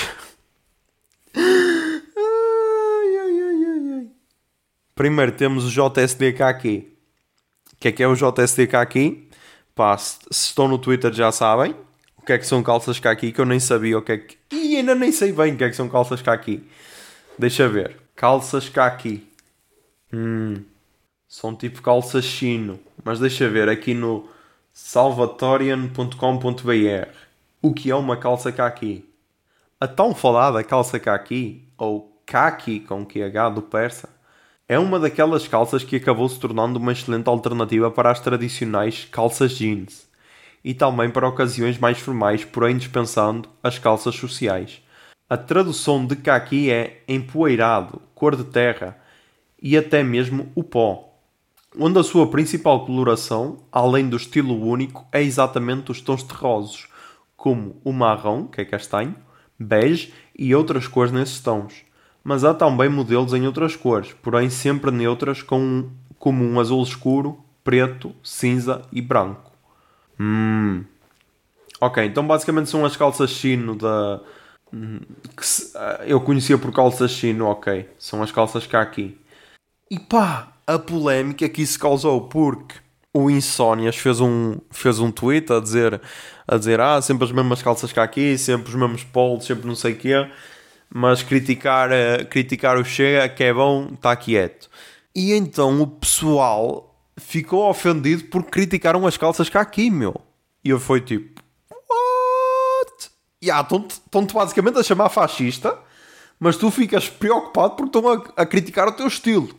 Speaker 1: ai, ai, ai, ai. Primeiro temos o J S D K aqui. O que é que é o J S D K aqui? Pá, se, se estão no Twitter já sabem o que é que são calças caqui, que eu nem sabia o que é que... Ih, ainda nem sei bem o que é que são calças caqui. Deixa ver. Calças caqui. Hum... São tipo calças chino. Mas deixa ver aqui no salvatorian ponto com ponto b r. O que é uma calça caqui? A tão falada calça caqui, ou kaki com Q H do persa, é uma daquelas calças que acabou se tornando uma excelente alternativa para as tradicionais calças jeans. E também para ocasiões mais formais, porém dispensando as calças sociais. A tradução de kaki é empoeirado, cor de terra e até mesmo o pó. Onde a sua principal coloração, além do estilo único, é exatamente os tons terrosos, como o marrom, que é castanho, bege e outras cores nesses tons. Mas há também modelos em outras cores, porém sempre neutras, com, como um azul escuro, preto, cinza e branco. Hum. Ok, então basicamente são as calças chino da... que se... eu conhecia por calças chino, ok. São as calças caqui. E pá... a polémica que isso causou, porque o Insónias fez um, fez um tweet a dizer, a dizer ah, sempre as mesmas calças cá aqui, sempre os mesmos polos, sempre não sei o quê, mas criticar, uh, criticar o Chega, que é bom, está quieto. E então o pessoal ficou ofendido por criticaram as calças cá aqui, meu. E eu fui tipo, what? Yeah, estão-te, estão-te basicamente a chamar fascista, mas tu ficas preocupado porque estão a, a criticar o teu estilo.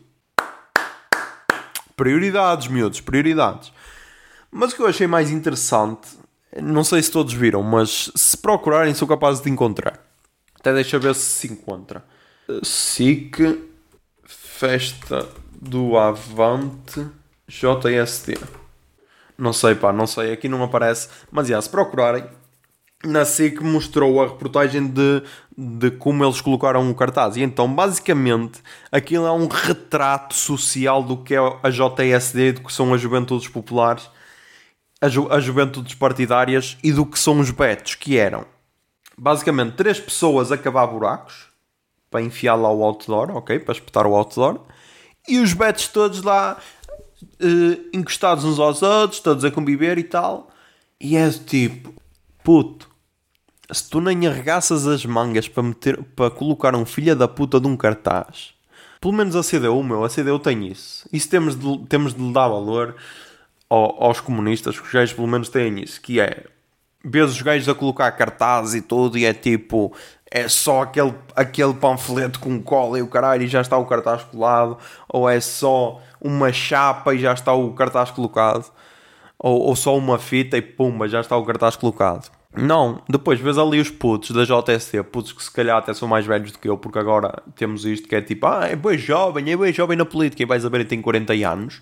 Speaker 1: Prioridades, miúdos, prioridades. Mas o que eu achei mais interessante, não sei se todos viram, mas se procurarem sou capaz de encontrar. Até deixa ver se se encontra. S I C, Festa do Avante, J S D. Não sei, pá, não sei, aqui não aparece. Mas, já, se procurarem, na S I C mostrou a reportagem de, de como eles colocaram o cartaz. E então, basicamente, aquilo é um retrato social do que é a J S D, do que são as juventudes populares, as, ju- as juventudes partidárias e do que são os betos, que eram, basicamente, três pessoas a cavar buracos para enfiar lá o outdoor, ok? Para espetar o outdoor. E os betos todos lá, uh, encostados uns aos outros, todos a conviver e tal. E é tipo, puto, se tu nem arregaças as mangas para, meter, para colocar um filho da puta de um cartaz, pelo menos a C D U, meu, a C D U tem isso. Isso temos de, temos de lhe dar valor ao, aos comunistas, que os gajos pelo menos têm isso, que é, vês os gajos a colocar cartaz e tudo, e é tipo, é só aquele, aquele panfleto com cola e o caralho e já está o cartaz colado, ou é só uma chapa e já está o cartaz colocado, ou, ou só uma fita e pumba, já está o cartaz colocado. Não, depois vês ali os putos da J S D, putos que se calhar até são mais velhos do que eu, porque agora temos isto que é tipo, ah, é bem jovem, é bem jovem na política, e vais a ver, ele tem quarenta anos,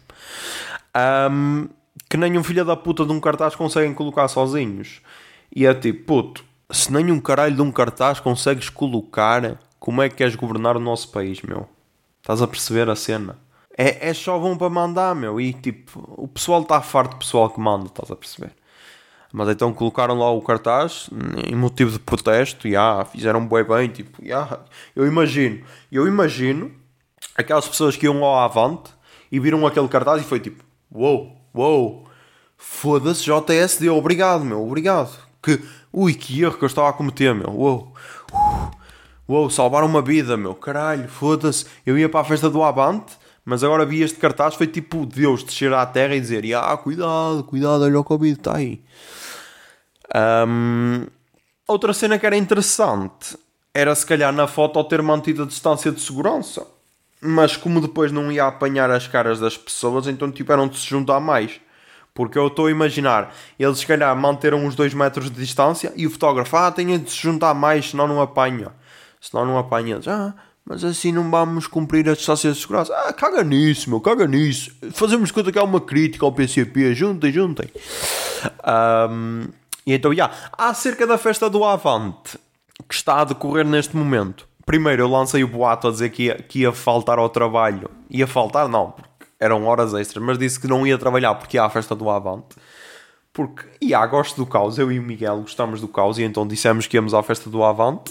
Speaker 1: um, que nem um filho da puta de um cartaz conseguem colocar sozinhos. E é tipo, puto, se nem um caralho de um cartaz consegues colocar, como é que queres governar o nosso país, meu? Estás a perceber a cena? É, é só bom para mandar, meu. E tipo, o pessoal está farto do pessoal que manda, estás a perceber? Mas então colocaram lá o cartaz em motivo de protesto, e ah, fizeram bué bem, tipo, yeah. eu imagino, eu imagino aquelas pessoas que iam ao Avante e viram aquele cartaz e foi tipo, uou, uou, foda-se J S D, obrigado, meu, obrigado. Que, ui, que erro que eu estava a cometer, meu, uou, uou, salvaram uma vida, meu, caralho, foda-se, eu ia para a festa do Avante, mas agora vi este cartaz, foi tipo Deus descer à terra e dizer, ah, cuidado, cuidado, olha o Covid, está aí. Um, outra cena que era interessante era se calhar na foto ter mantido a distância de segurança, mas como depois não ia apanhar as caras das pessoas, então tiveram de se juntar mais, porque eu estou a imaginar, eles se calhar manteram os dois metros de distância e o fotógrafo, ah, tem de se juntar mais, senão não apanha, senão não apanha eles, ah, mas assim não vamos cumprir a distância de segurança. Ah, caga nisso, meu, caga nisso. Fazemos conta que há uma crítica ao P C P. Juntem, juntem. Um, e então, já. Yeah, acerca da festa do Avante, que está a decorrer neste momento. Primeiro, eu lancei o boato a dizer que ia, que ia faltar ao trabalho. Ia faltar, não, porque eram horas extras. Mas disse que não ia trabalhar porque ia à festa do Avante. Porque, já, yeah, gosto do caos. Eu e o Miguel gostamos do caos. E então dissemos que íamos à festa do Avante.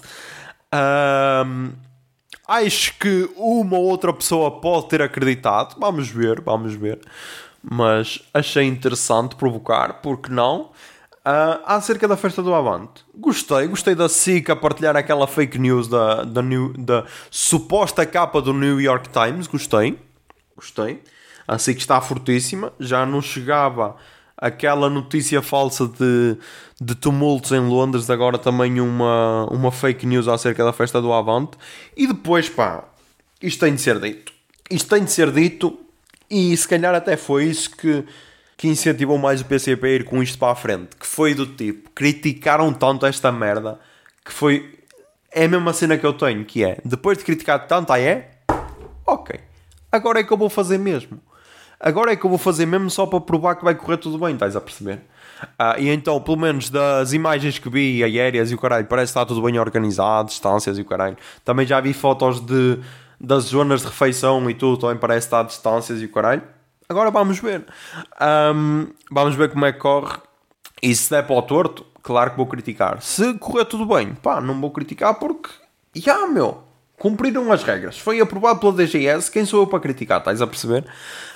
Speaker 1: Um... Acho que uma ou outra pessoa pode ter acreditado. Vamos ver, vamos ver. Mas achei interessante provocar, porque não? Uh, acerca da festa do Avante. Gostei, gostei da S I C a partilhar aquela fake news da, da, new, da suposta capa do New York Times. Gostei, gostei. A S I C está fortíssima. Já não chegava aquela notícia falsa de, de tumultos em Londres, agora também uma, uma fake news acerca da festa do Avante. E depois, pá, isto tem de ser dito. Isto tem de ser dito e se calhar até foi isso que, que incentivou mais o P C P a ir com isto para a frente. Que foi do tipo, criticaram tanto esta merda, que foi... É a mesma cena que eu tenho, que é, depois de criticar tanto, ah é? Ok, agora é que eu vou fazer mesmo. Agora é que eu vou fazer mesmo só para provar que vai correr tudo bem, estás a perceber? Ah, e então, pelo menos das imagens que vi, aéreas e o caralho, parece que está tudo bem organizado, distâncias e o caralho. Também já vi fotos de, das zonas de refeição e tudo, também parece que está a distâncias e o caralho. Agora vamos ver. Um, vamos ver como é que corre. E se der para o torto, claro que vou criticar. Se correr tudo bem, pá, não vou criticar porque, já, meu, cumpriram as regras. Foi aprovado pela D G S, quem sou eu para criticar, estás a perceber?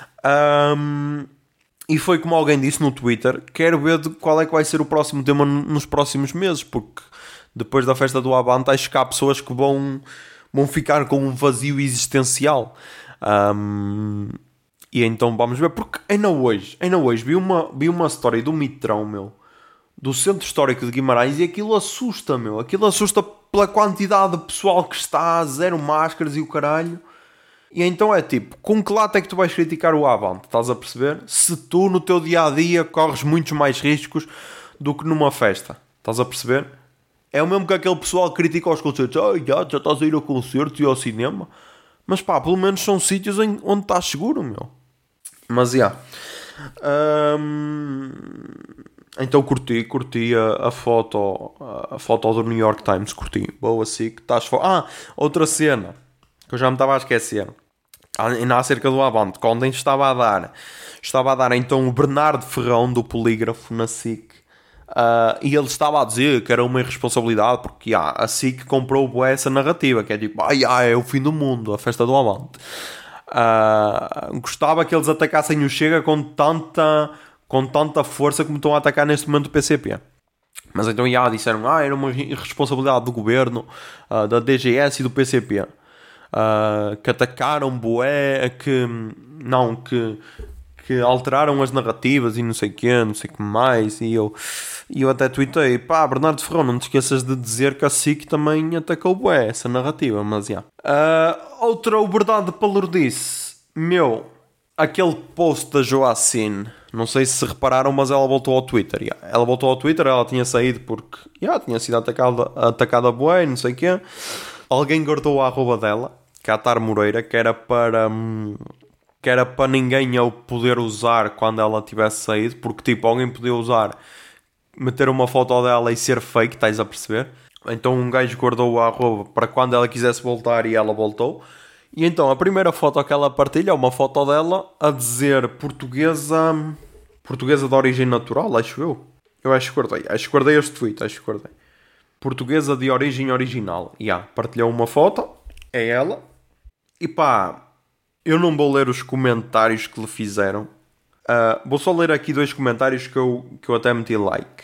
Speaker 1: Um, e foi como alguém disse no Twitter, quero ver de qual é que vai ser o próximo tema nos próximos meses, porque depois da festa do Avante acho que há pessoas que vão, vão ficar com um vazio existencial. Um, e então vamos ver, porque ainda hoje, ainda hoje vi uma, vi uma história do Mitrão, meu, do Centro Histórico de Guimarães, e aquilo assusta, meu. Aquilo assusta pela quantidade de pessoal que está, zero máscaras e o caralho. E então é tipo, com que lata é que tu vais criticar o Avante? Estás a perceber? Se tu no teu dia-a-dia corres muitos mais riscos do que numa festa. Estás a perceber? É o mesmo que aquele pessoal que critica os concertos. Ah, já, já estás a ir a concertos e ao cinema. Mas pá, pelo menos são sítios em, onde estás seguro, meu. Mas, já. Yeah. Um, então curti, curti a, a foto a foto do New York Times, curti. Boa, assim, que estás fo... Ah, outra cena, que eu já me estava a esquecer. Ainda acerca do Avante, quando estava a dar, estava a dar então o Bernardo Ferrão, do Polígrafo, na S I C. Uh, e ele estava a dizer que era uma irresponsabilidade, porque ah, a S I C comprou bué essa narrativa, que é tipo, ai, ai, é o fim do mundo, a festa do Avante. Uh, gostava que eles atacassem o Chega com tanta, com tanta força como estão a atacar neste momento o P C P. Mas então já disseram, ah, era uma irresponsabilidade do governo, uh, da D G S e do P C P. Uh, que atacaram bué, que não, que, que alteraram as narrativas e não sei o quê, não sei o que mais. E eu, e eu até tuitei, pá, Bernardo Ferrão, não te esqueças de dizer que a S I C também atacou bué essa narrativa, mas já. Yeah. Uh, outra verdade de palurdice, meu, aquele post da Joacine, não sei se repararam, mas ela voltou ao Twitter. Yeah. Ela voltou ao Twitter, ela tinha saído porque yeah, tinha sido atacada, atacada bué, não sei o quê. Alguém guardou a arroba dela, Catar Moreira, que era para que era para ninguém eu poder usar quando ela tivesse saído, porque tipo, alguém podia usar, meter uma foto dela e ser fake, estás a perceber? Então um gajo guardou a arroba para quando ela quisesse voltar e ela voltou. E então a primeira foto que ela partilha é uma foto dela a dizer portuguesa, portuguesa de origem natural, acho eu. Eu acho que guardei, acho que guardei este tweet, acho que guardei. Portuguesa de origem original. E yeah, partilhou uma foto, é ela. E pá, eu não vou ler os comentários que lhe fizeram. Uh, vou só ler aqui dois comentários que eu, que eu até meti like.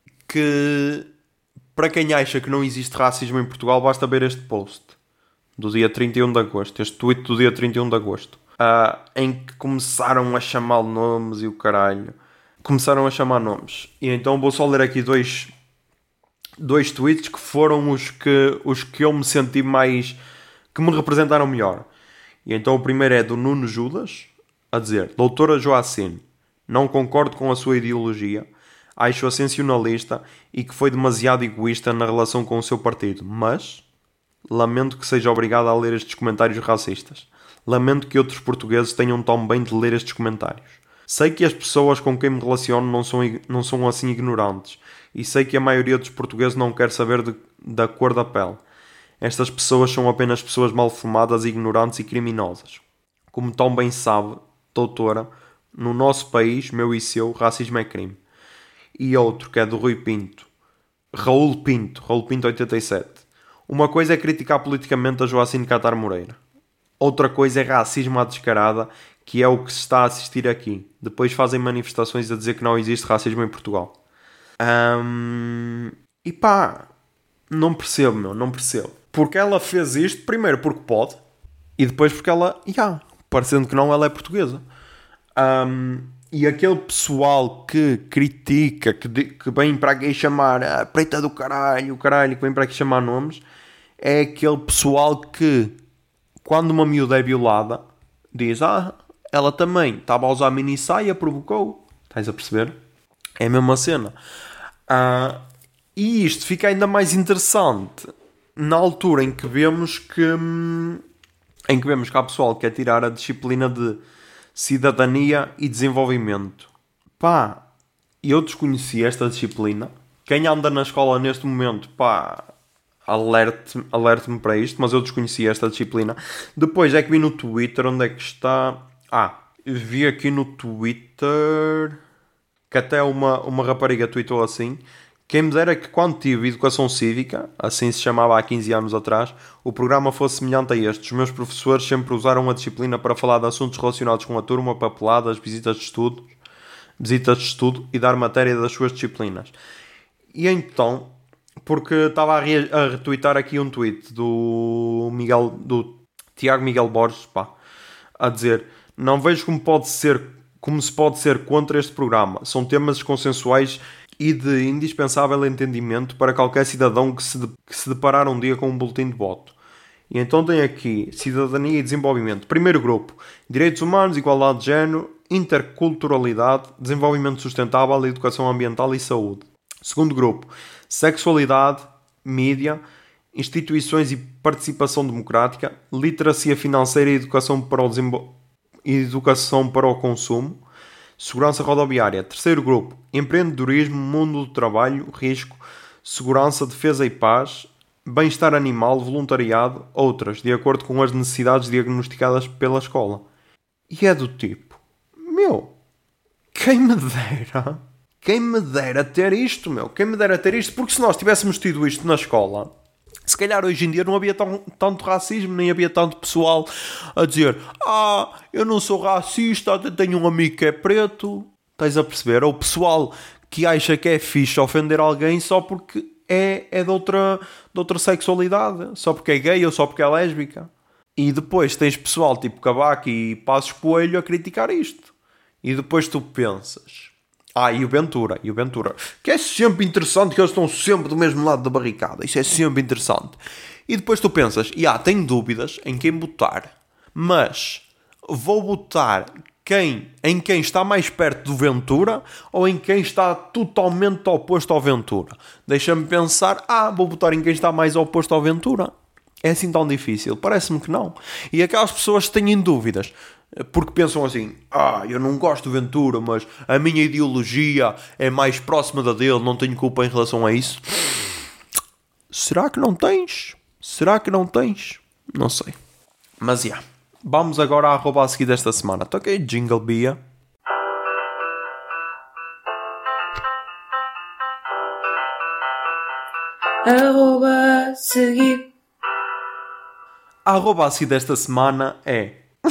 Speaker 1: Que, para quem acha que não existe racismo em Portugal, basta ver este post do dia trinta e um de agosto. Este tweet do dia trinta e um de agosto. Uh, em que começaram a chamar nomes e o caralho. Começaram a chamar nomes. E então vou só ler aqui dois... dois tweets que foram os que, os que eu me senti mais, que me representaram melhor. E então o primeiro é do Nuno Judas, a dizer: Doutora Joacine, não concordo com a sua ideologia, acho-a sensacionalista e que foi demasiado egoísta na relação com o seu partido, mas lamento que seja obrigado a ler estes comentários racistas. Lamento que outros portugueses tenham tão bem de ler estes comentários. Sei que as pessoas com quem me relaciono não são, não são assim ignorantes, e sei que a maioria dos portugueses não quer saber de, da cor da pele. Estas pessoas são apenas pessoas mal formadas, ignorantes e criminosas. Como tão bem sabe, doutora, no nosso país, meu e seu, racismo é crime. E outro, que é do Rui Pinto. Raul Pinto, Raul Pinto oitenta e sete. Uma coisa é criticar politicamente a Joacine Catar Moreira. Outra coisa é racismo à descarada, que é o que se está a assistir aqui. Depois fazem manifestações a dizer que não existe racismo em Portugal. Um, e pá, não percebo, meu, não percebo. Porque ela fez isto, primeiro porque pode, e depois porque ela, yeah, parecendo que não, ela é portuguesa. Um, e aquele pessoal que critica, que, de, que vem para aqui chamar a preta do caralho, o caralho, que vem para aqui chamar nomes, é aquele pessoal que, quando uma miúda é violada, diz, ah, ela também estava a usar mini saia, provocou. Estás a perceber? É a mesma cena. Uh, e isto fica ainda mais interessante na altura em que vemos que em que vemos que há pessoal que quer tirar a disciplina de cidadania e desenvolvimento. Pá, eu desconheci esta disciplina. Quem anda na escola neste momento, pá, alerte, alerte-me para isto, mas eu desconheci esta disciplina. Depois é que vi no Twitter, onde é que está... Ah, vi aqui no Twitter... que até uma, uma rapariga tweetou assim: quem me dera que quando tive Educação Cívica, assim se chamava há quinze anos atrás, o programa fosse semelhante a este. Os meus professores sempre usaram a disciplina para falar de assuntos relacionados com a turma, papeladas, visitas de estudo, visitas de estudo e dar matéria das suas disciplinas. E então, porque estava a, re- a retweetar aqui um tweet do Miguel, do Tiago Miguel Borges, pá, a dizer: não vejo como pode ser, como se pode ser contra este programa. São temas consensuais e de indispensável entendimento para qualquer cidadão que se, de, que se deparar um dia com um boletim de voto. E então tem aqui cidadania e desenvolvimento. Primeiro grupo: direitos humanos, igualdade de género, interculturalidade, desenvolvimento sustentável, educação ambiental e saúde. Segundo grupo: sexualidade, mídia, instituições e participação democrática, literacia financeira e educação para o, desenvol... e educação para o consumo, segurança rodoviária. Terceiro grupo: empreendedorismo, mundo do trabalho, risco, segurança, defesa e paz, bem-estar animal, voluntariado, outras, de acordo com as necessidades diagnosticadas pela escola. E é do tipo: meu, quem me dera, quem me dera ter isto, meu, quem me dera ter isto, porque se nós tivéssemos tido isto na escola, se calhar hoje em dia não havia tão, tanto racismo, nem havia tanto pessoal a dizer: ah, eu não sou racista, tenho um amigo que é preto. Estás a perceber? Ou o pessoal que acha que é fixe ofender alguém só porque é, é de, outra, de outra sexualidade, só porque é gay ou só porque é lésbica. E depois tens pessoal tipo Cavaco e Passos Coelho a criticar isto. E depois tu pensas: ah, e o Ventura, e o Ventura, que é sempre interessante, que eles estão sempre do mesmo lado da barricada, isso é sempre interessante. E depois tu pensas: ah, tenho dúvidas em quem votar, mas vou votar quem, em quem está mais perto do Ventura ou em quem está totalmente oposto ao Ventura? Deixa-me pensar: ah, vou votar em quem está mais oposto ao Ventura. É assim tão difícil? Parece-me que não. E aquelas pessoas que têm dúvidas, porque pensam assim: ah, eu não gosto do Ventura, mas a minha ideologia é mais próxima da dele, não tenho culpa em relação a isso. Será que não tens? Será que não tens? Não sei. Mas, já. Yeah. Vamos agora à arroba a seguir desta semana. Toquei Jingle Bia.
Speaker 5: Arroba seguir.
Speaker 1: A arroba a seguir desta semana é...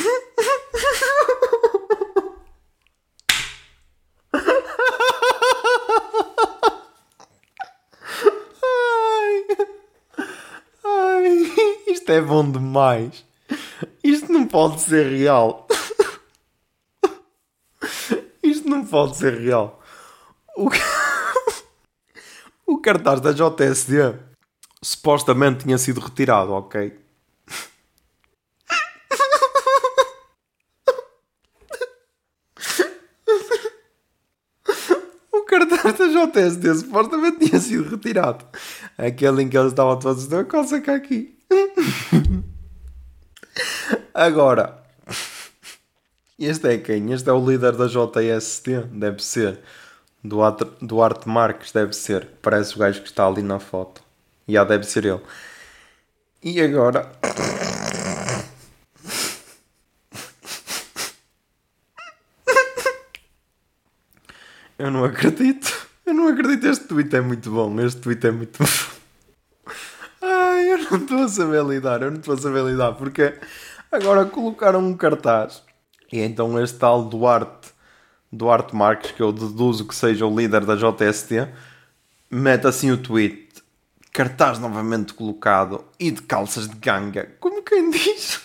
Speaker 1: ai, ai, isto é bom demais. Isto não pode ser real. Isto não pode ser real. O, o cartaz da J S D supostamente tinha sido retirado, ok? O cartaz da J S D supostamente tinha sido retirado. Aquele em que eles estavam todos de coisa cá aqui. Agora, este é quem? Este é o líder da J S D, deve ser. Duarte Marques, deve ser. Parece o gajo que está ali na foto. E já deve ser ele. E agora... eu não acredito. Eu não acredito. Este tweet é muito bom. Este tweet é muito bom. Ai, eu não estou a saber lidar. Eu não estou a saber lidar. Porque... agora colocaram um cartaz e então este tal Duarte, Duarte Marques, que eu deduzo que seja o líder da J S T, mete assim o tweet: cartaz novamente colocado e de calças de ganga. Como quem diz?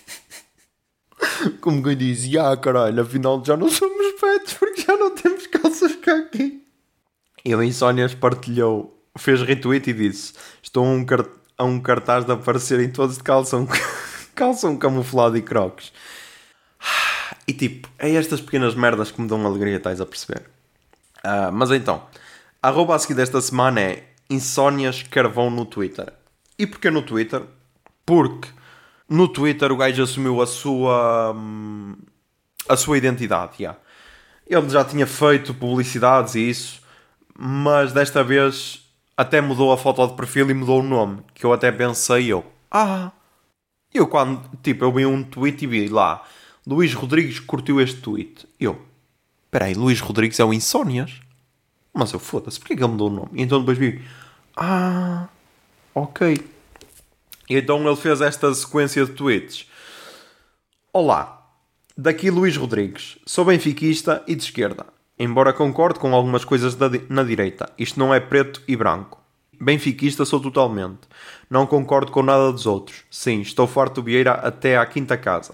Speaker 1: Como quem diz: ah, caralho, afinal já não somos pets porque já não temos calças cá aqui. E o Insónias partilhou, fez retweet e disse: estou a um, cart- a um cartaz de aparecerem todos de calção calção camuflado e crocs. E tipo, é estas pequenas merdas que me dão alegria, estás a perceber? Uh, mas então, a arroba a seguir desta semana é Insónias Carvão no Twitter. E porquê no Twitter? Porque no Twitter o gajo assumiu a sua hum, a sua identidade, yeah. Ele já tinha feito publicidades e isso, mas desta vez até mudou a foto de perfil e mudou o nome, que eu até pensei, eu, ah... Eu quando, tipo, eu vi um tweet e vi lá: Luís Rodrigues curtiu este tweet. Eu, peraí, Luís Rodrigues é o Insónias? Mas eu, foda-se, porquê que ele mudou o nome? E então depois vi: ah, ok. E então ele fez esta sequência de tweets: olá, daqui Luís Rodrigues, sou benfiquista e de esquerda, embora concorde com algumas coisas da, na direita. Isto não é preto e branco. Benfiquista sou totalmente. Não concordo com nada dos outros. Sim, estou farto do Vieira até à quinta casa.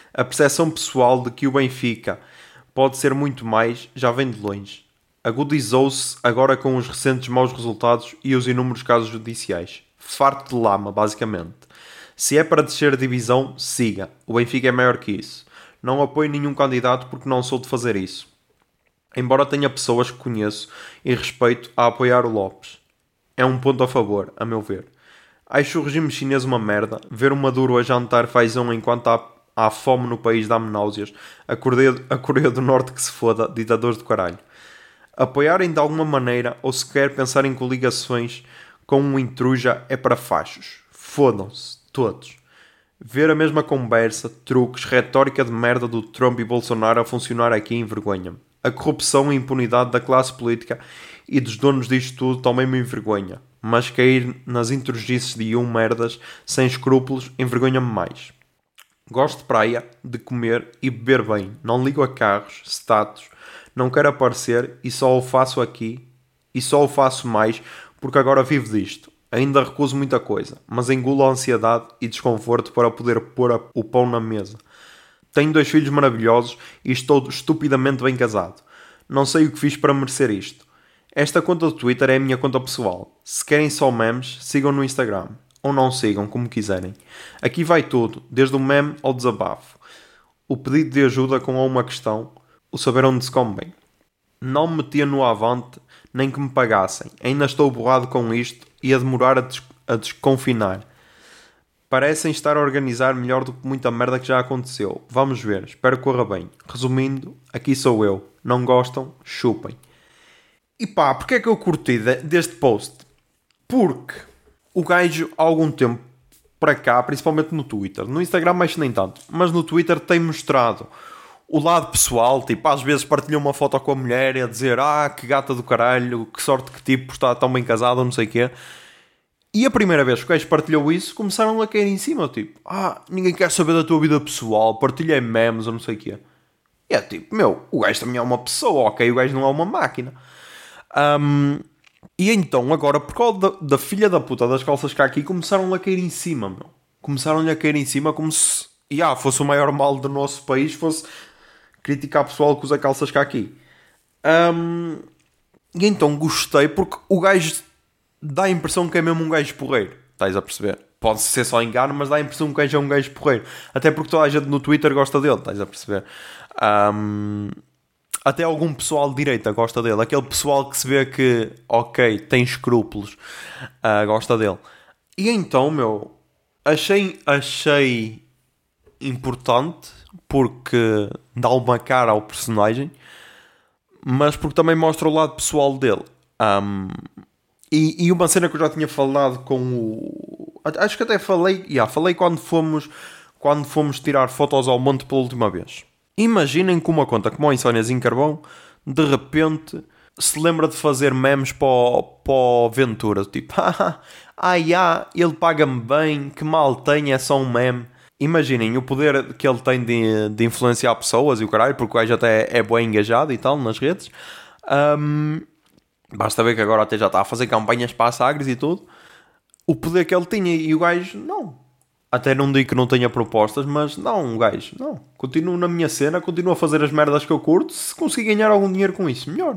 Speaker 1: A percepção pessoal de que o Benfica pode ser muito mais já vem de longe. Agudizou-se agora com os recentes maus resultados e os inúmeros casos judiciais. Farto de lama, basicamente. Se é para descer a divisão, siga. O Benfica é maior que isso. Não apoio nenhum candidato porque não sou de fazer isso. Embora tenha pessoas que conheço e respeito a apoiar o Lopes. É um ponto a favor, a meu ver. Acho o regime chinês uma merda. Ver o Maduro a jantar fazão enquanto há, há fome no país dá-me náuseas. A Coreia, a Coreia do Norte que se foda, ditadores do caralho. Apoiarem de alguma maneira ou sequer pensar em coligações com um intruja é para fachos. Fodam-se, todos. Ver a mesma conversa, truques, retórica de merda do Trump e Bolsonaro a funcionar aqui envergonha-me. A corrupção e impunidade da classe política e dos donos disto tudo também me envergonha. Mas cair nas intrugices de um merdas sem escrúpulos envergonha-me mais. Gosto de praia, de comer e beber bem. Não ligo a carros, status, não quero aparecer e só o faço aqui e só o faço mais porque agora vivo disto. Ainda recuso muita coisa, mas engulo a ansiedade e desconforto para poder pôr a, o pão na mesa. Tenho dois filhos maravilhosos e estou estupidamente bem casado. Não sei o que fiz para merecer isto. Esta conta do Twitter é a minha conta pessoal. Se querem só memes, sigam no Instagram. Ou não sigam, como quiserem. Aqui vai tudo, desde o meme ao desabafo. O pedido de ajuda com uma questão, o saber onde se come bem. Não me metia no avante, nem que me pagassem. Ainda estou borrado com isto e a demorar a, des- a desconfinar. Parecem estar a organizar melhor do que muita merda que já aconteceu. Vamos ver, espero que corra bem. Resumindo, aqui sou eu. Não gostam? Chupem. E pá, porque é que eu curti de- deste post? Porque o gajo, há algum tempo para cá, principalmente no Twitter, no Instagram mais nem tanto, mas no Twitter tem mostrado o lado pessoal, tipo, às vezes partilhou uma foto com a mulher e a dizer, ah, que gata do caralho, que sorte que tipo, está tão bem casado, ou não sei o quê. E a primeira vez que o gajo partilhou isso, começaram a cair em cima, tipo, ah, ninguém quer saber da tua vida pessoal, partilhei memes ou não sei o quê. E é tipo, meu, o gajo também é uma pessoa, ok, o gajo não é uma máquina. Um, e então, agora, por causa da, da filha da puta das calças cá aqui, começaram a cair em cima, meu. Começaram-lhe a cair em cima como se, yeah, fosse o maior mal do nosso país, fosse criticar pessoal que usa calças cá aqui. Um, e então gostei, porque o gajo dá a impressão que é mesmo um gajo porreiro. Estás a perceber? Pode ser só engano, mas dá a impressão que o gajo é um gajo porreiro. Até porque toda a gente no Twitter gosta dele, estás a perceber? Um, até algum pessoal de direita gosta dele. Aquele pessoal que se vê que, ok, tem escrúpulos, uh, gosta dele. E então, meu, achei, achei importante, porque dá uma cara ao personagem, mas porque também mostra o lado pessoal dele. Um, e, e uma cena que eu já tinha falado com o... Acho que até falei... Yeah, falei quando fomos, quando fomos tirar fotos ao monte pela última vez. Imaginem que uma conta como a Insónias em Carvão, de repente, se lembra de fazer memes para o, para o Ventura. Tipo, ah, ah, yeah, ele paga-me bem, que mal tem, é só um meme. Imaginem o poder que ele tem de, de influenciar pessoas e o caralho, porque o gajo até é, é bem engajado e tal nas redes. Um, basta ver que agora até já está a fazer campanhas para a Sagres e tudo. O poder que ele tinha, e o gajo, não. Até não digo que não tenha propostas, mas não, o gajo, não. Continuo na minha cena, continuo a fazer as merdas que eu curto. Se conseguir ganhar algum dinheiro com isso, melhor.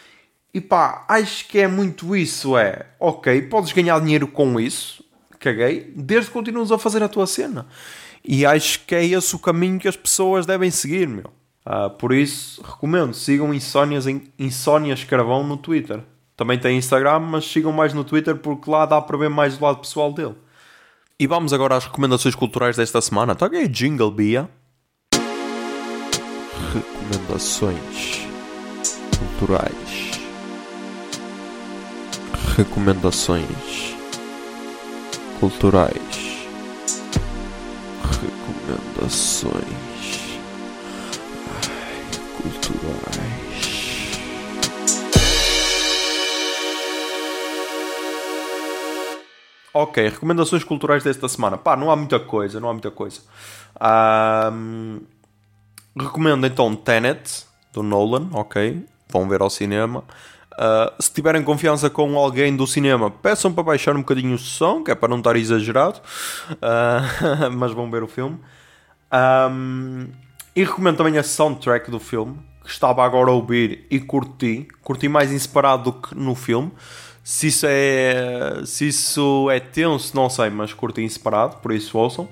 Speaker 1: E pá, acho que é muito isso, é. Ok, podes ganhar dinheiro com isso, caguei, desde que continuas a fazer a tua cena. E acho que é esse o caminho que as pessoas devem seguir, meu. Ah, por isso, recomendo, sigam Insónias, Insónias Carvão no Twitter. Também tem Instagram, mas sigam mais no Twitter porque lá dá para ver mais o lado pessoal dele. E vamos agora às recomendações culturais desta semana. Tá aí, jingle, Bia. Recomendações culturais. Recomendações culturais. Recomendações Ai, culturais. Ok, recomendações culturais desta semana. Pá, não há muita coisa, não há muita coisa. Um, recomendo então Tenet, do Nolan, ok? Vão ver ao cinema. Uh, se tiverem confiança com alguém do cinema, peçam para baixar um bocadinho o som, que é para não estar exagerado. Uh, mas vão ver o filme. Um, e recomendo também a soundtrack do filme, que estava agora a ouvir e curti. Curti mais inesperado do que no filme. Se isso é, se isso é tenso, não sei, mas curti inesperado, por isso ouçam.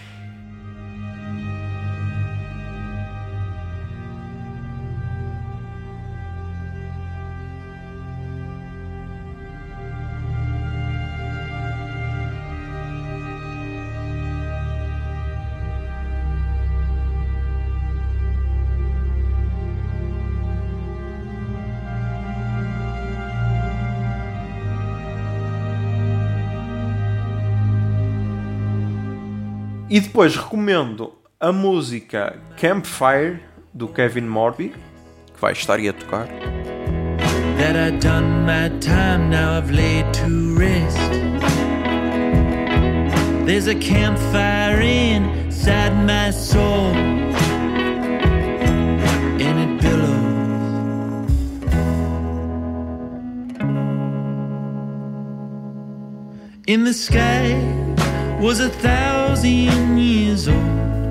Speaker 1: E depois recomendo a música Campfire, do Kevin Morby, que vai estar aí a tocar.
Speaker 6: That I've done my time, now I've laid to rest. There's a campfire inside my soul, and it billows. In the sky was a thousand years old.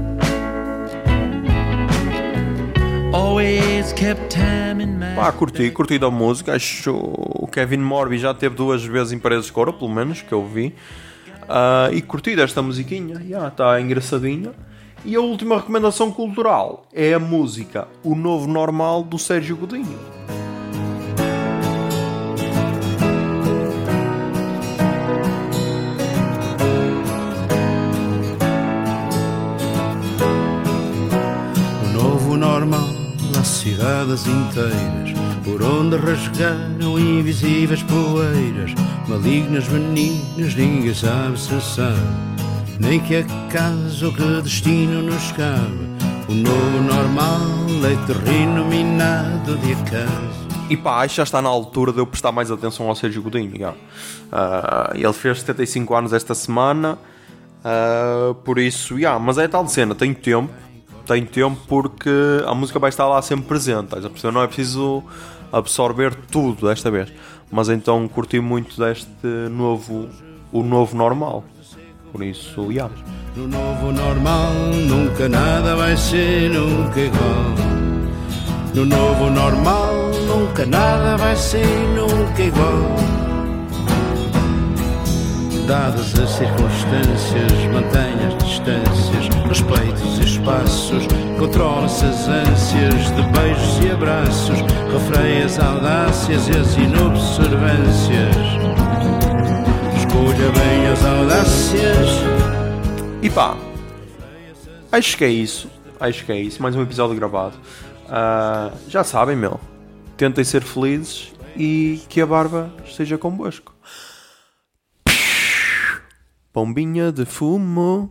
Speaker 6: Always kept time in my...
Speaker 1: Pá, curti, curti da música. Acho o Kevin Morby já teve duas vezes em Paredes de Coro, pelo menos, que eu vi. Uh, e curti desta musiquinha. Já, está engraçadinha. E a última recomendação cultural é a música O Novo Normal, do Sérgio Godinho.
Speaker 7: Cidades inteiras, por onde rasgaram invisíveis poeiras, malignas meninas, ninguém sabe se sabe, nem que acaso que destino nos cabe. O novo normal é terreno de acaso.
Speaker 1: E pá, acho que já está na altura de eu prestar mais atenção ao Sérgio Godinho. Já. Uh, ele fez setenta e cinco anos esta semana, uh, por isso, já, mas é tal cena, tenho tempo. Tem tempo porque a música vai estar lá sempre presente, estás a perceber? Não é preciso absorver tudo desta vez. Mas então curti muito deste novo, o novo normal. Por isso, já. Yeah.
Speaker 7: No novo normal nunca nada vai ser nunca igual. No novo normal nunca nada vai ser nunca igual. Dadas as circunstâncias, mantenha as distâncias, respeitos e espaços, controla-se as ânsias de beijos e abraços, refreia as audácias e as inobservâncias, escolha bem as audácias.
Speaker 1: E pá, acho que é isso, acho que é isso, mais um episódio gravado. Uh, já sabem, meu, tentem ser felizes e que a barba esteja convosco. Bombinha de fumo.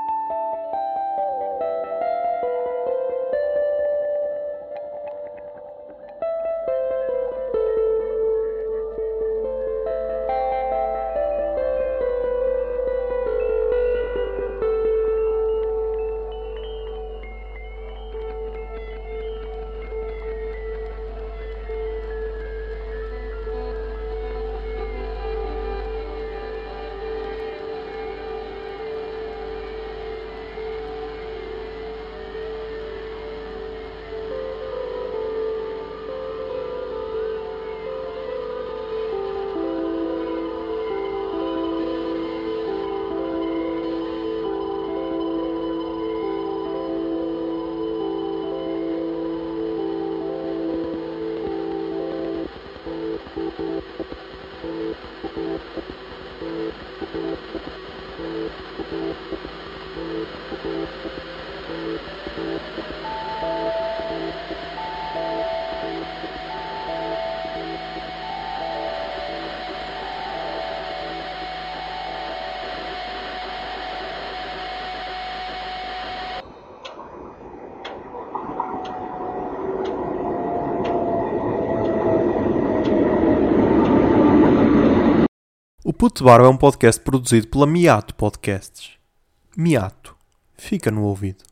Speaker 1: O Puto de Barba é um podcast produzido pela Miato Podcasts. Miato. Fica no ouvido.